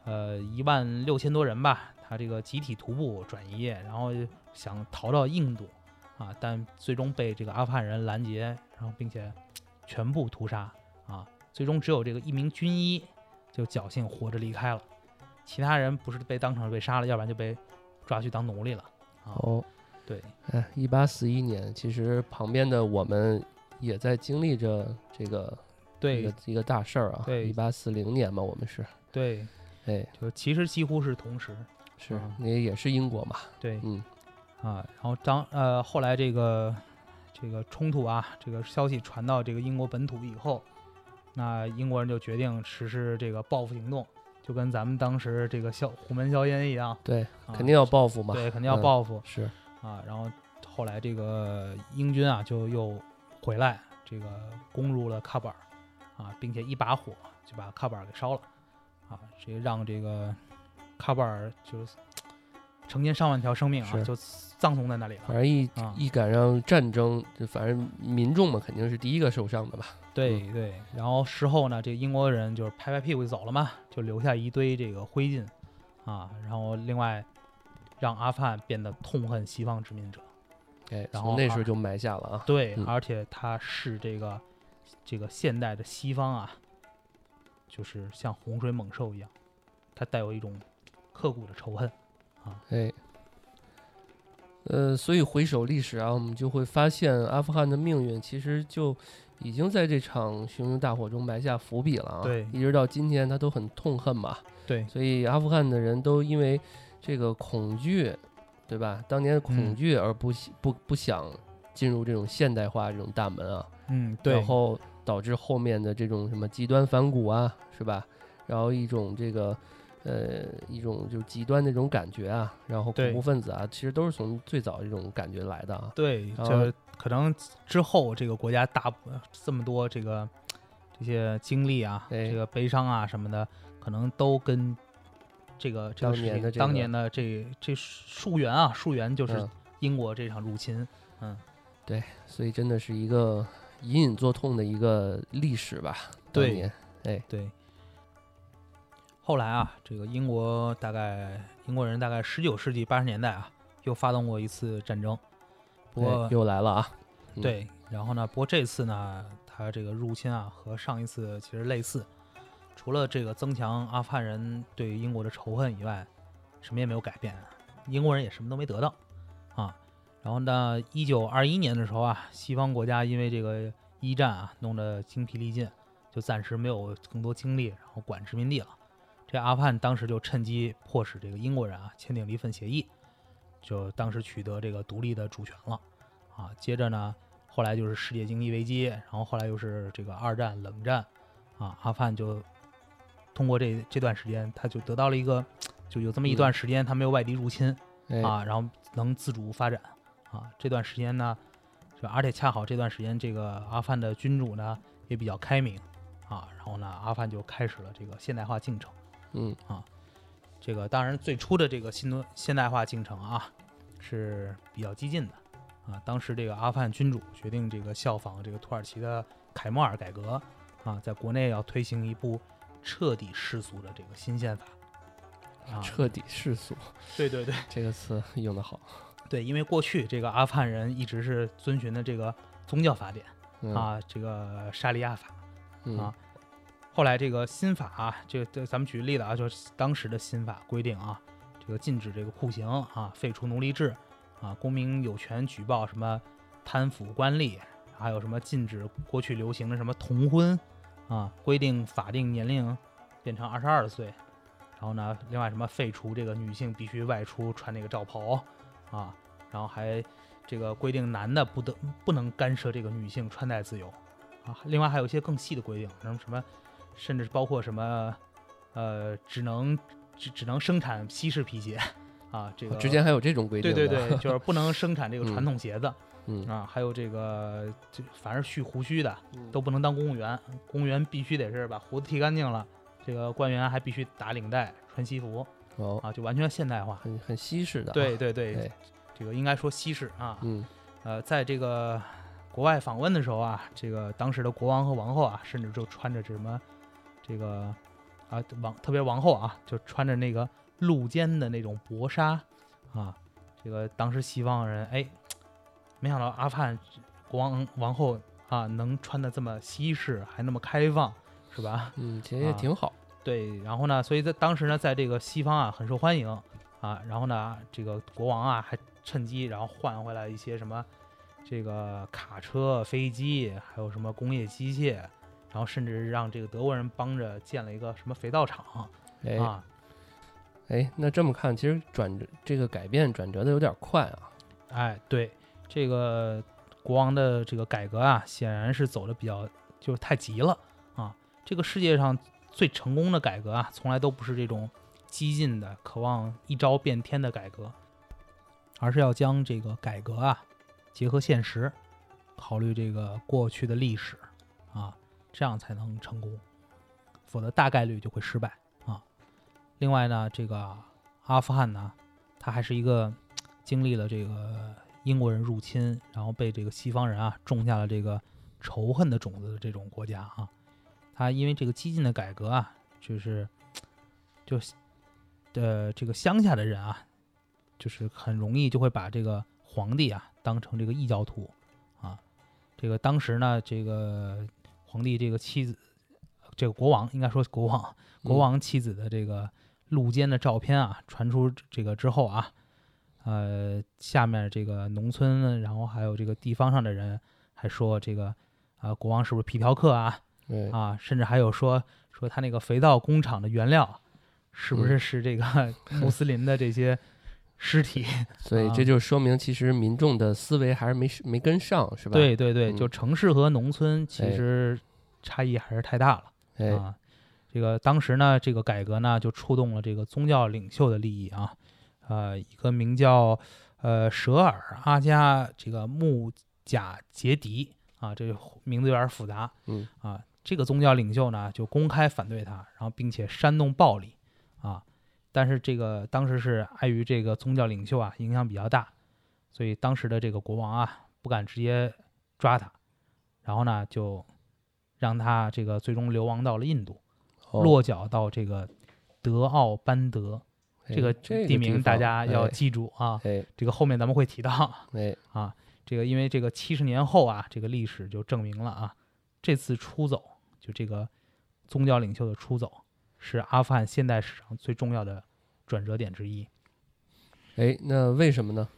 16000多人吧。他这个集体徒步转移，然后想逃到印度啊，但最终被这个阿富汗人拦截，然后并且全部屠杀啊。最终只有这个1名军医就侥幸活着离开了，其他人不是被当场被杀了，要不然就被抓去当奴隶了。对 ，1841年，其实旁边的我们也在经历着这个一个大事儿啊。 对 ，1840年嘛，我们是。 对，就其实几乎是同时。 是，也是英国嘛。 对，然后后来这个冲突啊，这个消息传到这个英国本土以后，那英国人就决定实施这个报复行动，就跟咱们当时这个虎门销烟一样。 对，肯定要报复嘛。 对，肯定要报复。 是啊，然后后来这个英军啊就又回来，这个攻入了喀布尔啊，并且一把火就把喀布尔给烧了啊，这让这个喀布尔就是成千上万条生命啊，就葬送在那里了。 反正一赶上战争，就反正民众们肯定是第一个受伤的吧。 对，然后事后呢，这个英国人就是拍拍屁股就走了嘛，就留下一堆这个灰烬啊，然后另外让阿富汗变得痛恨西方殖民者。然后那时候就埋下了啊。 对，而且他视这个现代的西方啊，就是像洪水猛兽一样，它带有一种刻骨的仇恨啊。 所以回首历史啊，我们就会发现阿富汗的命运其实就已经在这场熊熊大火中埋下伏笔了啊。 对， 一直到今天他都很痛恨嘛。 对， 所以阿富汗的人都因为这个恐惧，对吧？当年的恐惧而不想进入这种现代化这种大门啊。 对。 然后导致后面的这种什么极端反骨啊，是吧？然后一种这个一种就是极端那种感觉啊，然后恐怖分子啊，其实都是从最早这种感觉来的啊。 对，就可能之后这个国家这么多这些经历啊，这个悲伤啊什么的，可能都跟这个当年的这溯源就是英国这场入侵。 对，所以真的是一个隐隐作痛的一个历史吧。 对，对。后来啊，这个英国人大概19世纪80年代啊，又发动过一次战争，不过又来了啊。 对，然后呢，不过这次呢，他这个入侵啊和上一次其实类似，除了这个增强阿富汗人对英国的仇恨以外，什么也没有改变，英国人也什么都没得到啊。 然后呢，1921年的时候啊，西方国家因为这个一战啊弄得精疲力尽，就暂时没有更多精力，然后管殖民地了。这阿富汗当时就趁机迫使这个英国人啊签订了一份协议，就当时取得这个独立的主权了啊。接着呢，后来就是世界经济危机，然后后来又是这个二战、冷战啊，阿富汗就通过这段时间，他就得到了一个，就有这么一段时间他没有外敌入侵啊，然后能自主发展啊。这段时间呢，而且恰好这段时间这个阿富汗的君主呢也比较开明啊，然后呢阿富汗就开始了这个现代化进程。这个当然最初的这个现代化进程啊是比较激进的啊。当时这个阿富汗君主决定这个效仿这个土耳其的凯末尔改革啊，在国内要推行一部彻底世俗的这个新宪法啊。 彻底世俗， 对对对， 这个词用得好。 对，因为过去这个阿富汗人一直是遵循的这个宗教法典啊，这个沙利亚法啊。后来这个新法啊，这咱们举个例子啊，就是当时的新法规定啊，这个禁止这个酷刑啊，废除奴隶制啊，公民有权举报什么贪腐官吏，还有什么禁止过去流行的什么童婚啊，规定法定年龄变成22岁，然后呢，另外什么废除这个女性必须外出穿那个罩袍啊，然后还这个规定男的不能干涉这个女性穿戴自由啊，另外还有一些更细的规定，什么。甚至是包括什么，只能生产西式皮鞋啊，这个之前还有这种规定。 对对对，就是不能生产这个传统鞋子，啊，还有这个凡是蓄胡须的都不能当公务员，公务员必须得是把胡子剃干净了，这个官员还必须打领带、穿西服，啊，就完全现代化， 很西式的。 对对对，这个应该说西式啊，在这个国外访问的时候啊，这个当时的国王和王后啊，甚至就穿着什么。这个啊，特别王后啊，就穿着那个露肩的那种薄纱啊。这个当时西方人没想到阿富汗国王王后啊能穿的这么西式，还那么开放，是吧？ 其实也挺好。 对，然后呢，所以在当时呢，在这个西方啊很受欢迎啊。然后呢，这个国王啊还趁机然后换回来一些什么这个卡车、飞机，还有什么工业机械。然后甚至让这个德国人帮着建了一个什么肥皂厂啊。 那这么看，其实这个改变转折的有点快啊。 对，这个国王的这个改革啊，显然是走的比较就是太急了啊。这个世界上最成功的改革啊，从来都不是这种激进的、渴望一招变天的改革，而是要将这个改革啊结合现实，考虑这个过去的历史啊。这样才能成功，否则大概率就会失败啊。另外呢，这个阿富汗呢，它还是一个经历了这个英国人入侵，然后被这个西方人啊种下了这个仇恨的种子的这种国家啊。它因为这个激进的改革啊，这个乡下的人啊，就是很容易就会把这个皇帝啊当成这个异教徒啊。这个当时呢，这个皇帝这个妻子，这个国王应该说国王妻子的这个露肩的照片啊传出这个之后啊，下面这个农村，然后还有这个地方上的人还说这个国王是不是皮条客啊？啊，甚至还有说他那个肥皂工厂的原料是不是这个穆斯林的这些尸体？ 所以这就说明其实民众的思维还是没跟上，是吧？ 对对对，就城市和农村其实差异还是太大了啊。这个当时呢，这个改革呢就触动了这个宗教领袖的利益啊。一个名叫舍尔阿加这个穆贾杰迪啊，这个名字有点复杂，这个宗教领袖呢就公开反对他，然后并且煽动暴力啊。但是这个当时是碍于这个宗教领袖啊影响比较大，所以当时的这个国王啊不敢直接抓他，然后呢就让他这个最终流亡到了印度，落脚到这个德奥班德。这个地名大家要记住啊，这个后面咱们会提到啊。这个因为这个70年后啊，这个历史就证明了啊，这次出走就这个宗教领袖的出走是阿富汗现代史上最重要的转折点之一。 那为什么呢？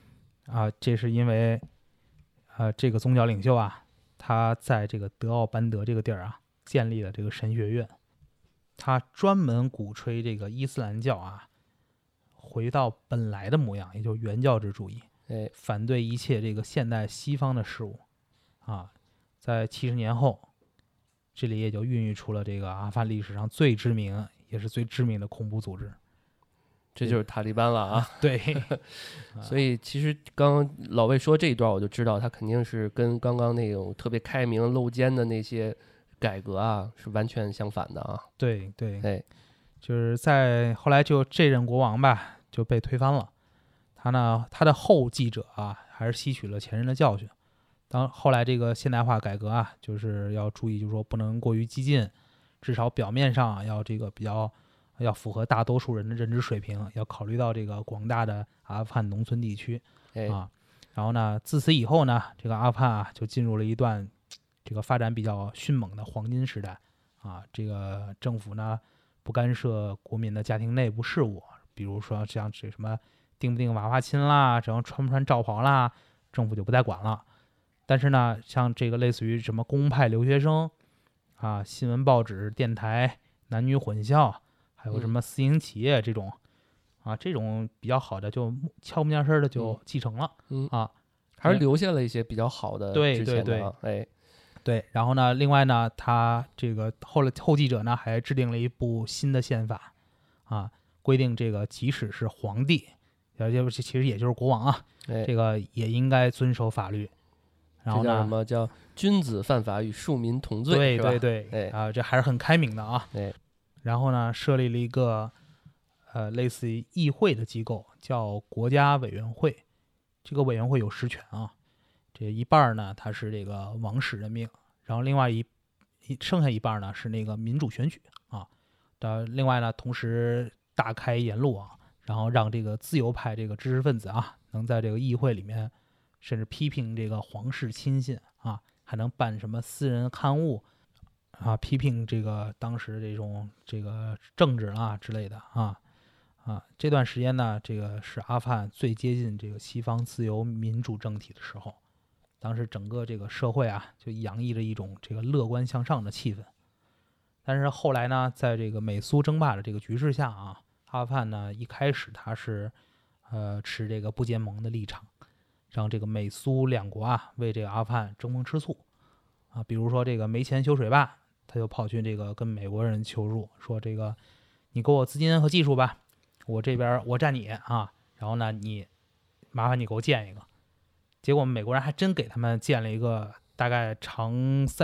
这是因为这个宗教领袖啊，他在这个德奥班德这个地儿啊建立了这个神学院，他专门鼓吹这个伊斯兰教啊回到本来的模样，也就是原教旨主义，反对一切这个现代西方的事物在70年后，这里也就孕育出了这个阿富汗历史上最知名也是最致命的恐怖组织， 这就是塔利班了啊。 对所以其实刚刚老魏说这一段，我就知道他肯定是跟刚刚那种特别开明露尖的那些改革啊是完全相反的啊。 对，就是在后来就这任国王吧就被推翻了，他的后继者啊还是吸取了前人的教训。后来这个现代化改革啊，就是要注意，就是说不能过于激进，至少表面上要这个要符合大多数人的认知水平，要考虑到这个广大的阿富汗农村地区然后呢，自此以后呢，这个阿富汗啊就进入了一段这个发展比较迅猛的黄金时代这个政府呢不干涉国民的家庭内部事务，比如说像这什么订不订娃娃亲啦，然后穿不穿罩袍啦，政府就不再管了。但是呢，像这个类似于什么公派留学生新闻报纸、电台、男女混校，还有什么私营企业这种这种比较好的就悄不蔫声的就继承了还是留下了一些比较好的之前的对。然后呢，另外呢，他这个后继者呢还制定了一部新的宪法规定这个即使是皇帝，其实也就是国王这个也应该遵守法律。然后呢， 这叫什么叫君子犯法与庶民同罪？ 对，这还是很开明的然后呢，设立了一个类似于议会的机构，叫国家委员会。这个委员会有实权这一半呢它是这个王室任命，然后另外剩下一半呢是那个民主选举另外呢，同时大开言路然后让这个自由派这个知识分子能在这个议会里面甚至批评这个皇室亲信还能办什么私人刊物批评这个当时这个政治之类的这段时间呢，这个是阿富汗最接近这个西方自由民主政体的时候。当时整个这个社会就洋溢着一种这个乐观向上的气氛。但是后来呢，在这个美苏争霸的这个局势下阿富汗呢一开始他是持这个不结盟的立场，让这个美苏两国为这个阿富汗争风吃醋比如说这个没钱修水坝，他就跑去这个跟美国人求助，说这个你给我资金和技术吧，我这边我占你然后呢你麻烦你给我建一个。结果美国人还真给他们建了一个大概长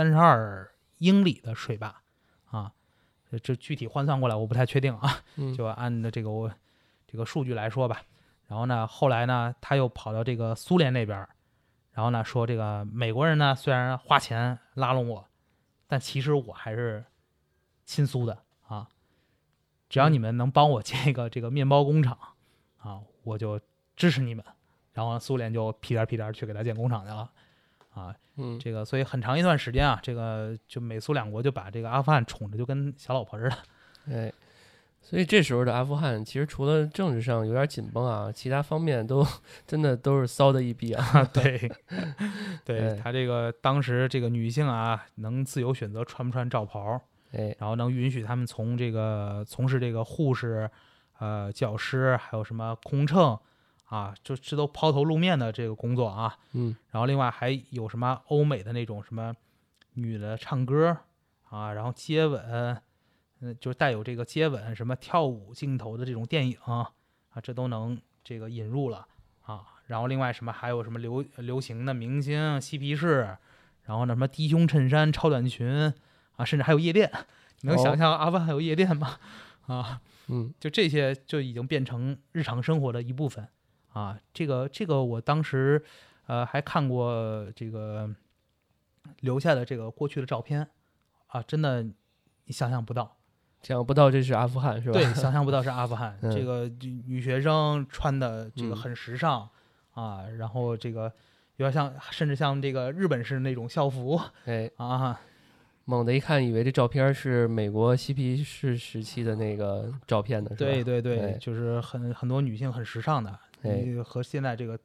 32英里的水坝这具体换算过来我不太确定就按照这个数据来说吧。然后呢，后来呢，他又跑到这个苏联那边，然后呢说这个美国人呢虽然花钱拉拢我，但其实我还是亲苏的只要你们能帮我建一个这个面包工厂我就支持你们。然后苏联就屁颠屁颠去给他建工厂去了这个所以很长一段时间这个就美苏两国就把这个阿富汗宠着就跟小老婆似的所以这时候的阿富汗其实除了政治上有点紧绷其他方面都真的都是骚的一逼对他这个当时这个女性能自由选择穿不穿罩袍然后能允许他们从事这个护士教师还有什么空乘这都抛头露面的这个工作然后另外还有什么欧美的那种什么女的唱歌然后接吻就带有这个接吻什么跳舞镜头的这种电影这都能这个引入了然后另外什么还有什么流行的明星嬉皮士，然后呢什么低胸衬衫超短裙甚至还有夜店。你能想象阿富汗有夜店吗就这些就已经变成日常生活的一部分这个我当时还看过这个留下的这个过去的照片真的你想象不到这是阿富汗是吧？ 对，想象不到是阿富汗这个女学生穿的这个很时尚然后这个有点像甚至像这个日本式那种校服猛的一看以为这照片是美国嬉皮士时期的那个照片的是吧？ 对，就是很多女性很时尚的和现在这个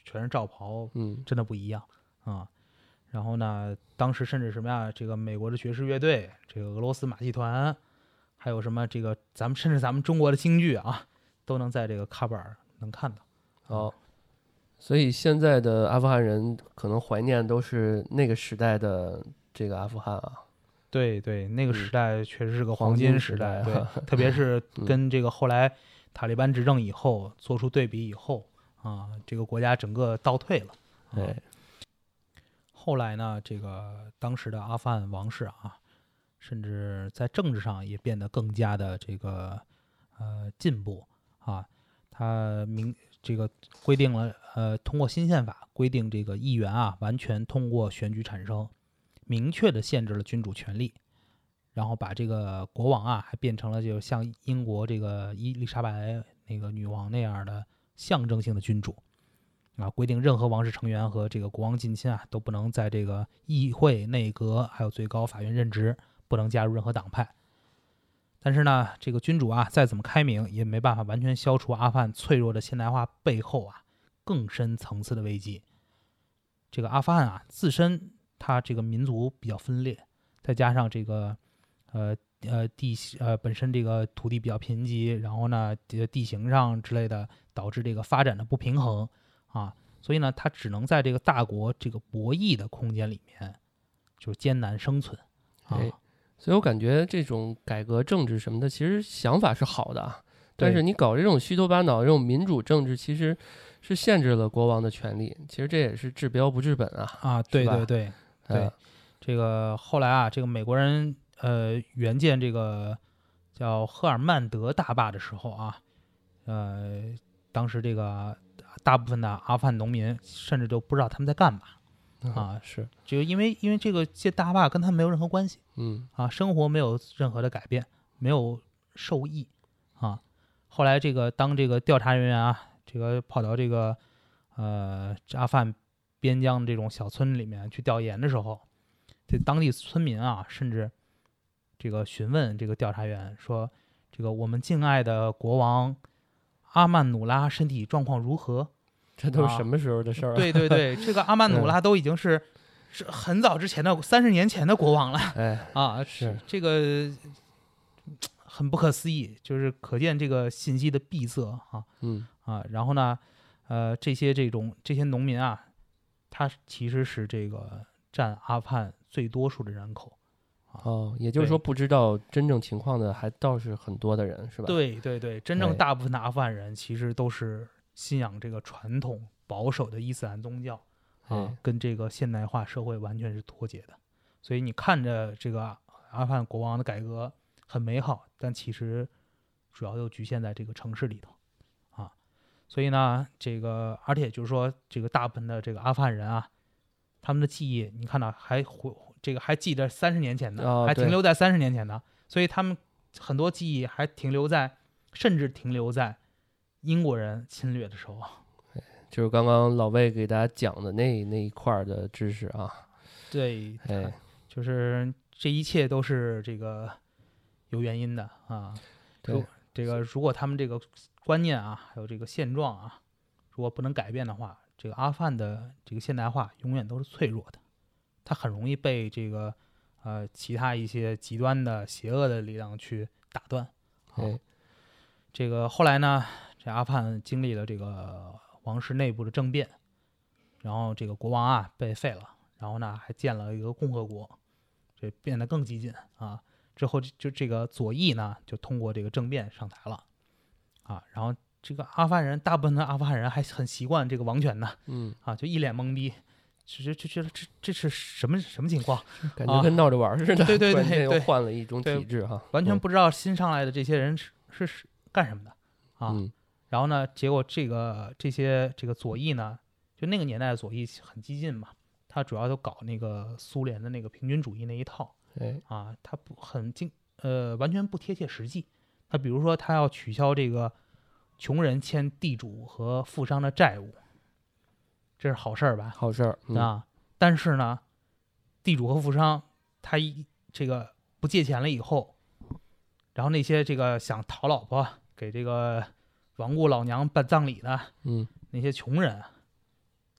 全是罩袍，真的不一样啊。然后呢，当时甚至什么呀，这个美国的爵士乐队，这个俄罗斯马戏团，还有什么这个甚至咱们中国的京剧啊，都能在这个喀布尔能看到。 所以现在的阿富汗人可能怀念都是那个时代的这个阿富汗啊。 对对，那个时代确实是个黄金时代，对，特别是跟这个后来塔利班执政以后做出对比以后啊，这个国家整个倒退了。 对。 后来呢，这个当时的阿富汗王室啊，甚至在政治上也变得更加的这个进步啊。他这个规定了通过新宪法规定，这个议员啊完全通过选举产生，明确的限制了君主权力，然后把这个国王啊还变成了就像英国这个伊丽莎白那个女王那样的象征性的君主。规定任何王室成员和这个国王近亲啊都不能在这个议会、内阁还有最高法院任职，不能加入任何党派。但是呢，这个君主啊再怎么开明，也没办法完全消除阿富汗脆弱的现代化背后啊更深层次的危机。这个阿富汗啊自身它这个民族比较分裂，再加上这个本身这个土地比较贫瘠，然后呢地形上之类的导致这个发展的不平衡。所以呢，他只能在这个大国这个博弈的空间里面，就是艰难生存。 所以我感觉这种改革政治什么的，其实想法是好的啊，但是你搞这种虚头巴脑、这种民主政治，其实是限制了国王的权利。其实这也是治标不治本啊。 对对对对，这个后来啊，这个美国人援建这个叫赫尔曼德大坝的时候啊，当时这个大部分的阿富汗农民甚至都不知道他们在干嘛是就因为这个建大坝跟他们没有任何关系，生活没有任何的改变，没有受益啊。后来这个当这个调查人员啊，这个跑到这个阿富汗边疆这种小村里面去调研的时候，这当地村民啊，甚至这个询问这个调查员说：“这个我们敬爱的国王阿曼努拉身体状况如何？” 这都是什么时候的事儿对对对，这个阿曼努拉都已经是很早之前的30年前的国王了。 是这个很不可思议，就是可见这个信息的闭塞然后呢，这些农民啊，他其实是这个占阿富汗最多数的人口。 也就是说不知道真正情况的还倒是很多的人，是吧？ 对对对，真正大部分的阿富汗人其实都是信仰这个传统保守的伊斯兰宗教跟这个现代化社会完全是脱节的。所以你看着这个阿富汗国王的改革很美好，但其实主要又局限在这个城市里头所以呢，这个而且就是说，这个大部分的这个阿富汗人啊，他们的记忆你看到还记得30年前的，还停留在30年前的，所以他们很多记忆还甚至停留在英国人侵略的时候。 就是刚刚老魏给大家讲的那一块的知识啊。 对，就是这一切都是这个有原因的这个如果他们这个观念啊，还有这个现状啊，如果不能改变的话，这个阿富汗的这个现代化永远都是脆弱的，它很容易被这个其他一些极端的邪恶的力量去打断。这个后来呢，这阿富汗经历了这个王室内部的政变，然后这个国王啊被废了，然后呢还建了一个共和国，这变得更激进之后就这个左翼呢就通过这个政变上台了然后这个大部分的阿富汗人还很习惯这个王权呢就一脸懵逼，就觉得这是什么情况， 感觉跟闹着玩似的。 对对对对， 又换了一种体制完全不知道新上来的这些人是干什么的然后呢，结果这个左翼呢，就那个年代的左翼很激进嘛，他主要都搞那个苏联的那个平均主义那一套他完全不贴切实际。他比如说他要取消这个穷人欠地主和富商的债务，这是好事儿吧？ 好事儿但是呢，地主和富商他这个不借钱了以后，然后那些这个想讨老婆给这个亡故老娘办葬礼的那些穷人，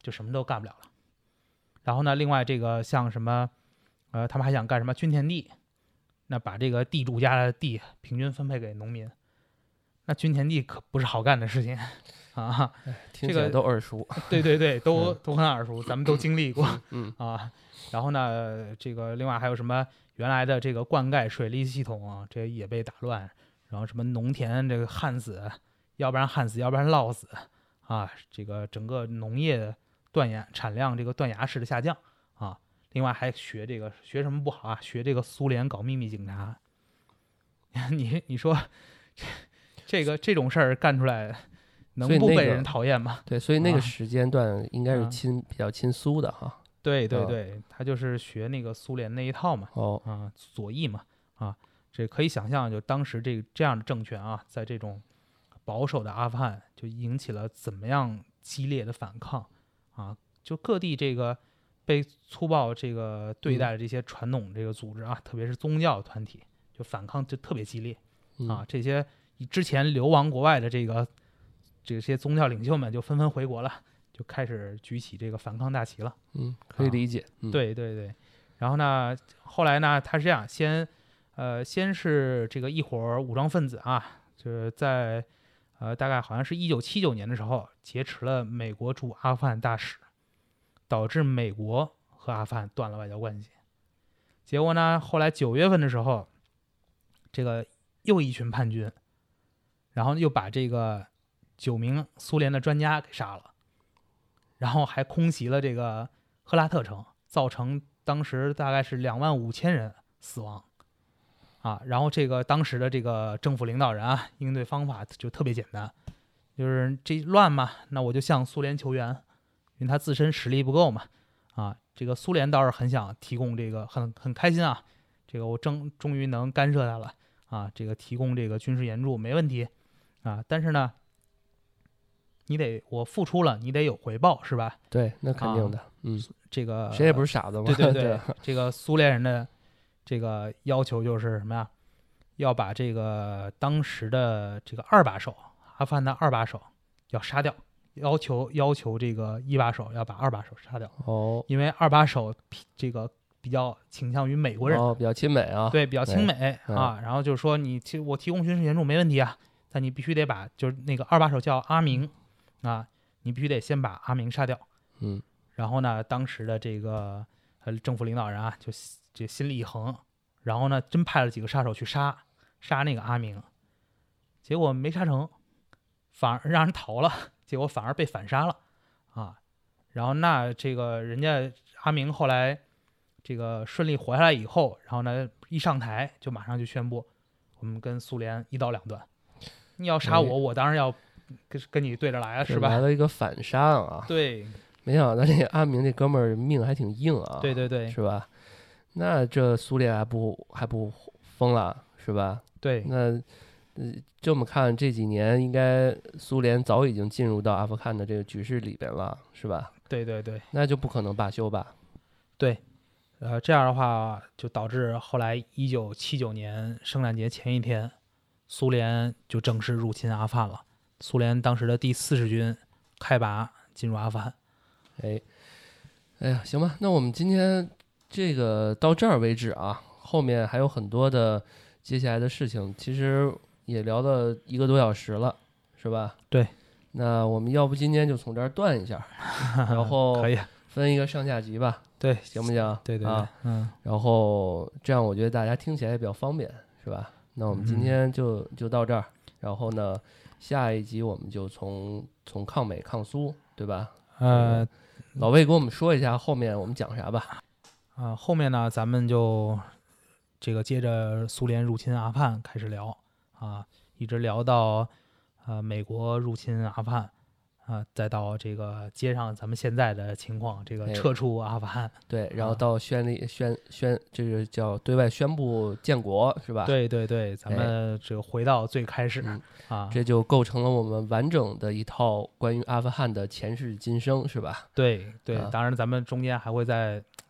就什么都干不了了。然后呢，另外这个像什么，他们还想干什么均田地，那把这个地主家的地平均分配给农民，那均田地可不是好干的事情啊。 听起来都耳熟。 对对对，都很耳熟，咱们都经历过。 啊。 然后呢，这个另外还有什么原来的这个灌溉水利系统啊，这也被打乱。然后什么农田这个旱死，要不然旱死，要不然涝死啊。这个整个农业产量这个断崖式的下降啊。另外还学什么不好啊？学这个苏联搞秘密警察。你说这种事儿干出来，能不被人讨厌吗？ 对，所以那个时间段应该是比较亲苏的哈。 对对对，他就是学那个苏联那一套嘛。左翼嘛。这可以想象，就当时这样的政权啊，在这种保守的阿富汗就引起了怎么样激烈的反抗啊！就各地这个被粗暴这个对待的这些传统这个组织啊，特别是宗教团体，就反抗就特别激烈啊！这些之前流亡国外的这些宗教领袖们就纷纷回国了，就开始举起这个反抗大旗了。 可以理解。 对对对。然后呢，后来呢，他是这样，先是这个一伙武装分子啊，就是在大概好像是1979年的时候劫持了美国驻阿富汗大使，导致美国和阿富汗断了外交关系。结果呢，后来9月份的时候，这个又一群叛军，然后又把这个9名苏联的专家给杀了，然后还空袭了这个赫拉特城，造成当时大概是25000人死亡。然后这个当时的这个政府领导人啊，应对方法就特别简单，就是这乱嘛，那我就向苏联求援，因为他自身实力不够嘛。这个苏联倒是很想提供这个，很开心啊，这个我终于能干涉他了这个提供这个军事援助没问题但是呢，我付出了，你得有回报，是吧？ 对，那肯定的。 这个谁也不是傻子嘛。 对对对，这个苏联人的这个要求就是什么呀？要把这个当时的这个2把手，阿富汗的2把手要杀掉，要求这个1把手要把2把手杀掉。因为2把手这个比较倾向于美国人， 比较亲美啊。 对，比较亲美然后就是说我提供军事援助没问题啊，但你必须得把就是那个2把手叫阿明你必须得先把阿明杀掉。然后呢，当时的这个政府领导人就心里一横，然后呢，真派了几个杀手去杀那个阿明，结果没杀成，反而让人逃了，结果反而被反杀了然后那这个人家阿明后来这个顺利活下来以后，然后呢一上台就马上就宣布，我们跟苏联一刀两断，你要杀我，我当然要跟你对着来了，是吧？ 来了一个反杀啊！ 对。 没想到这阿明这哥们儿命还挺硬啊！ 对对对， 是吧？那这苏联还不疯了，是吧？ 对。 那这么看，这几年应该苏联早已经进入到阿富汗的这个局势里边了，是吧？ 对对对， 那就不可能罢休吧？ 对，这样的话就导致后来1979年圣诞节前一天，苏联就正式入侵阿富汗了。苏联当时的第40军开拔进入阿富汗。 哎呀，行吧，那我们今天这个到这儿为止啊，后面还有很多的接下来的事情，其实也聊了1个多小时了，是吧？ 对。 那我们要不今天就从这儿断一下，然后可以分一个上下集吧？ 对， 行不行？ 对对对， 然后这样我觉得大家听起来也比较方便，是吧？那我们今天就到这儿，然后呢，下一集我们就从抗美抗苏，对吧？老魏给我们说一下后面我们讲啥吧。 后面呢，咱们就这个接着苏联入侵阿富汗开始聊一直聊到美国入侵阿富汗再到这个接上咱们现在的情况，这个撤出阿富汗。 对，然后到宣这个叫对外宣布建国，是吧？ 对对对，咱们这个回到最开始这就构成了我们完整的一套关于阿富汗的前世今生，是吧？ 对对，当然咱们中间还会再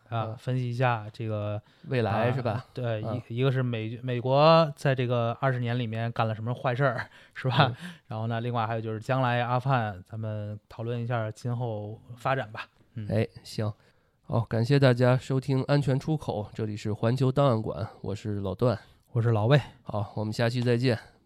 分析一下这个未来是吧？ 对，一个是美国在这个20年里面干了什么坏事儿，是吧？然后呢，另外还有就是将来阿富汗，咱们讨论一下今后发展吧。 行，好，感谢大家收听安全出口，这里是环球档案馆，我是老段， 我是老魏， 好，我们下期再见。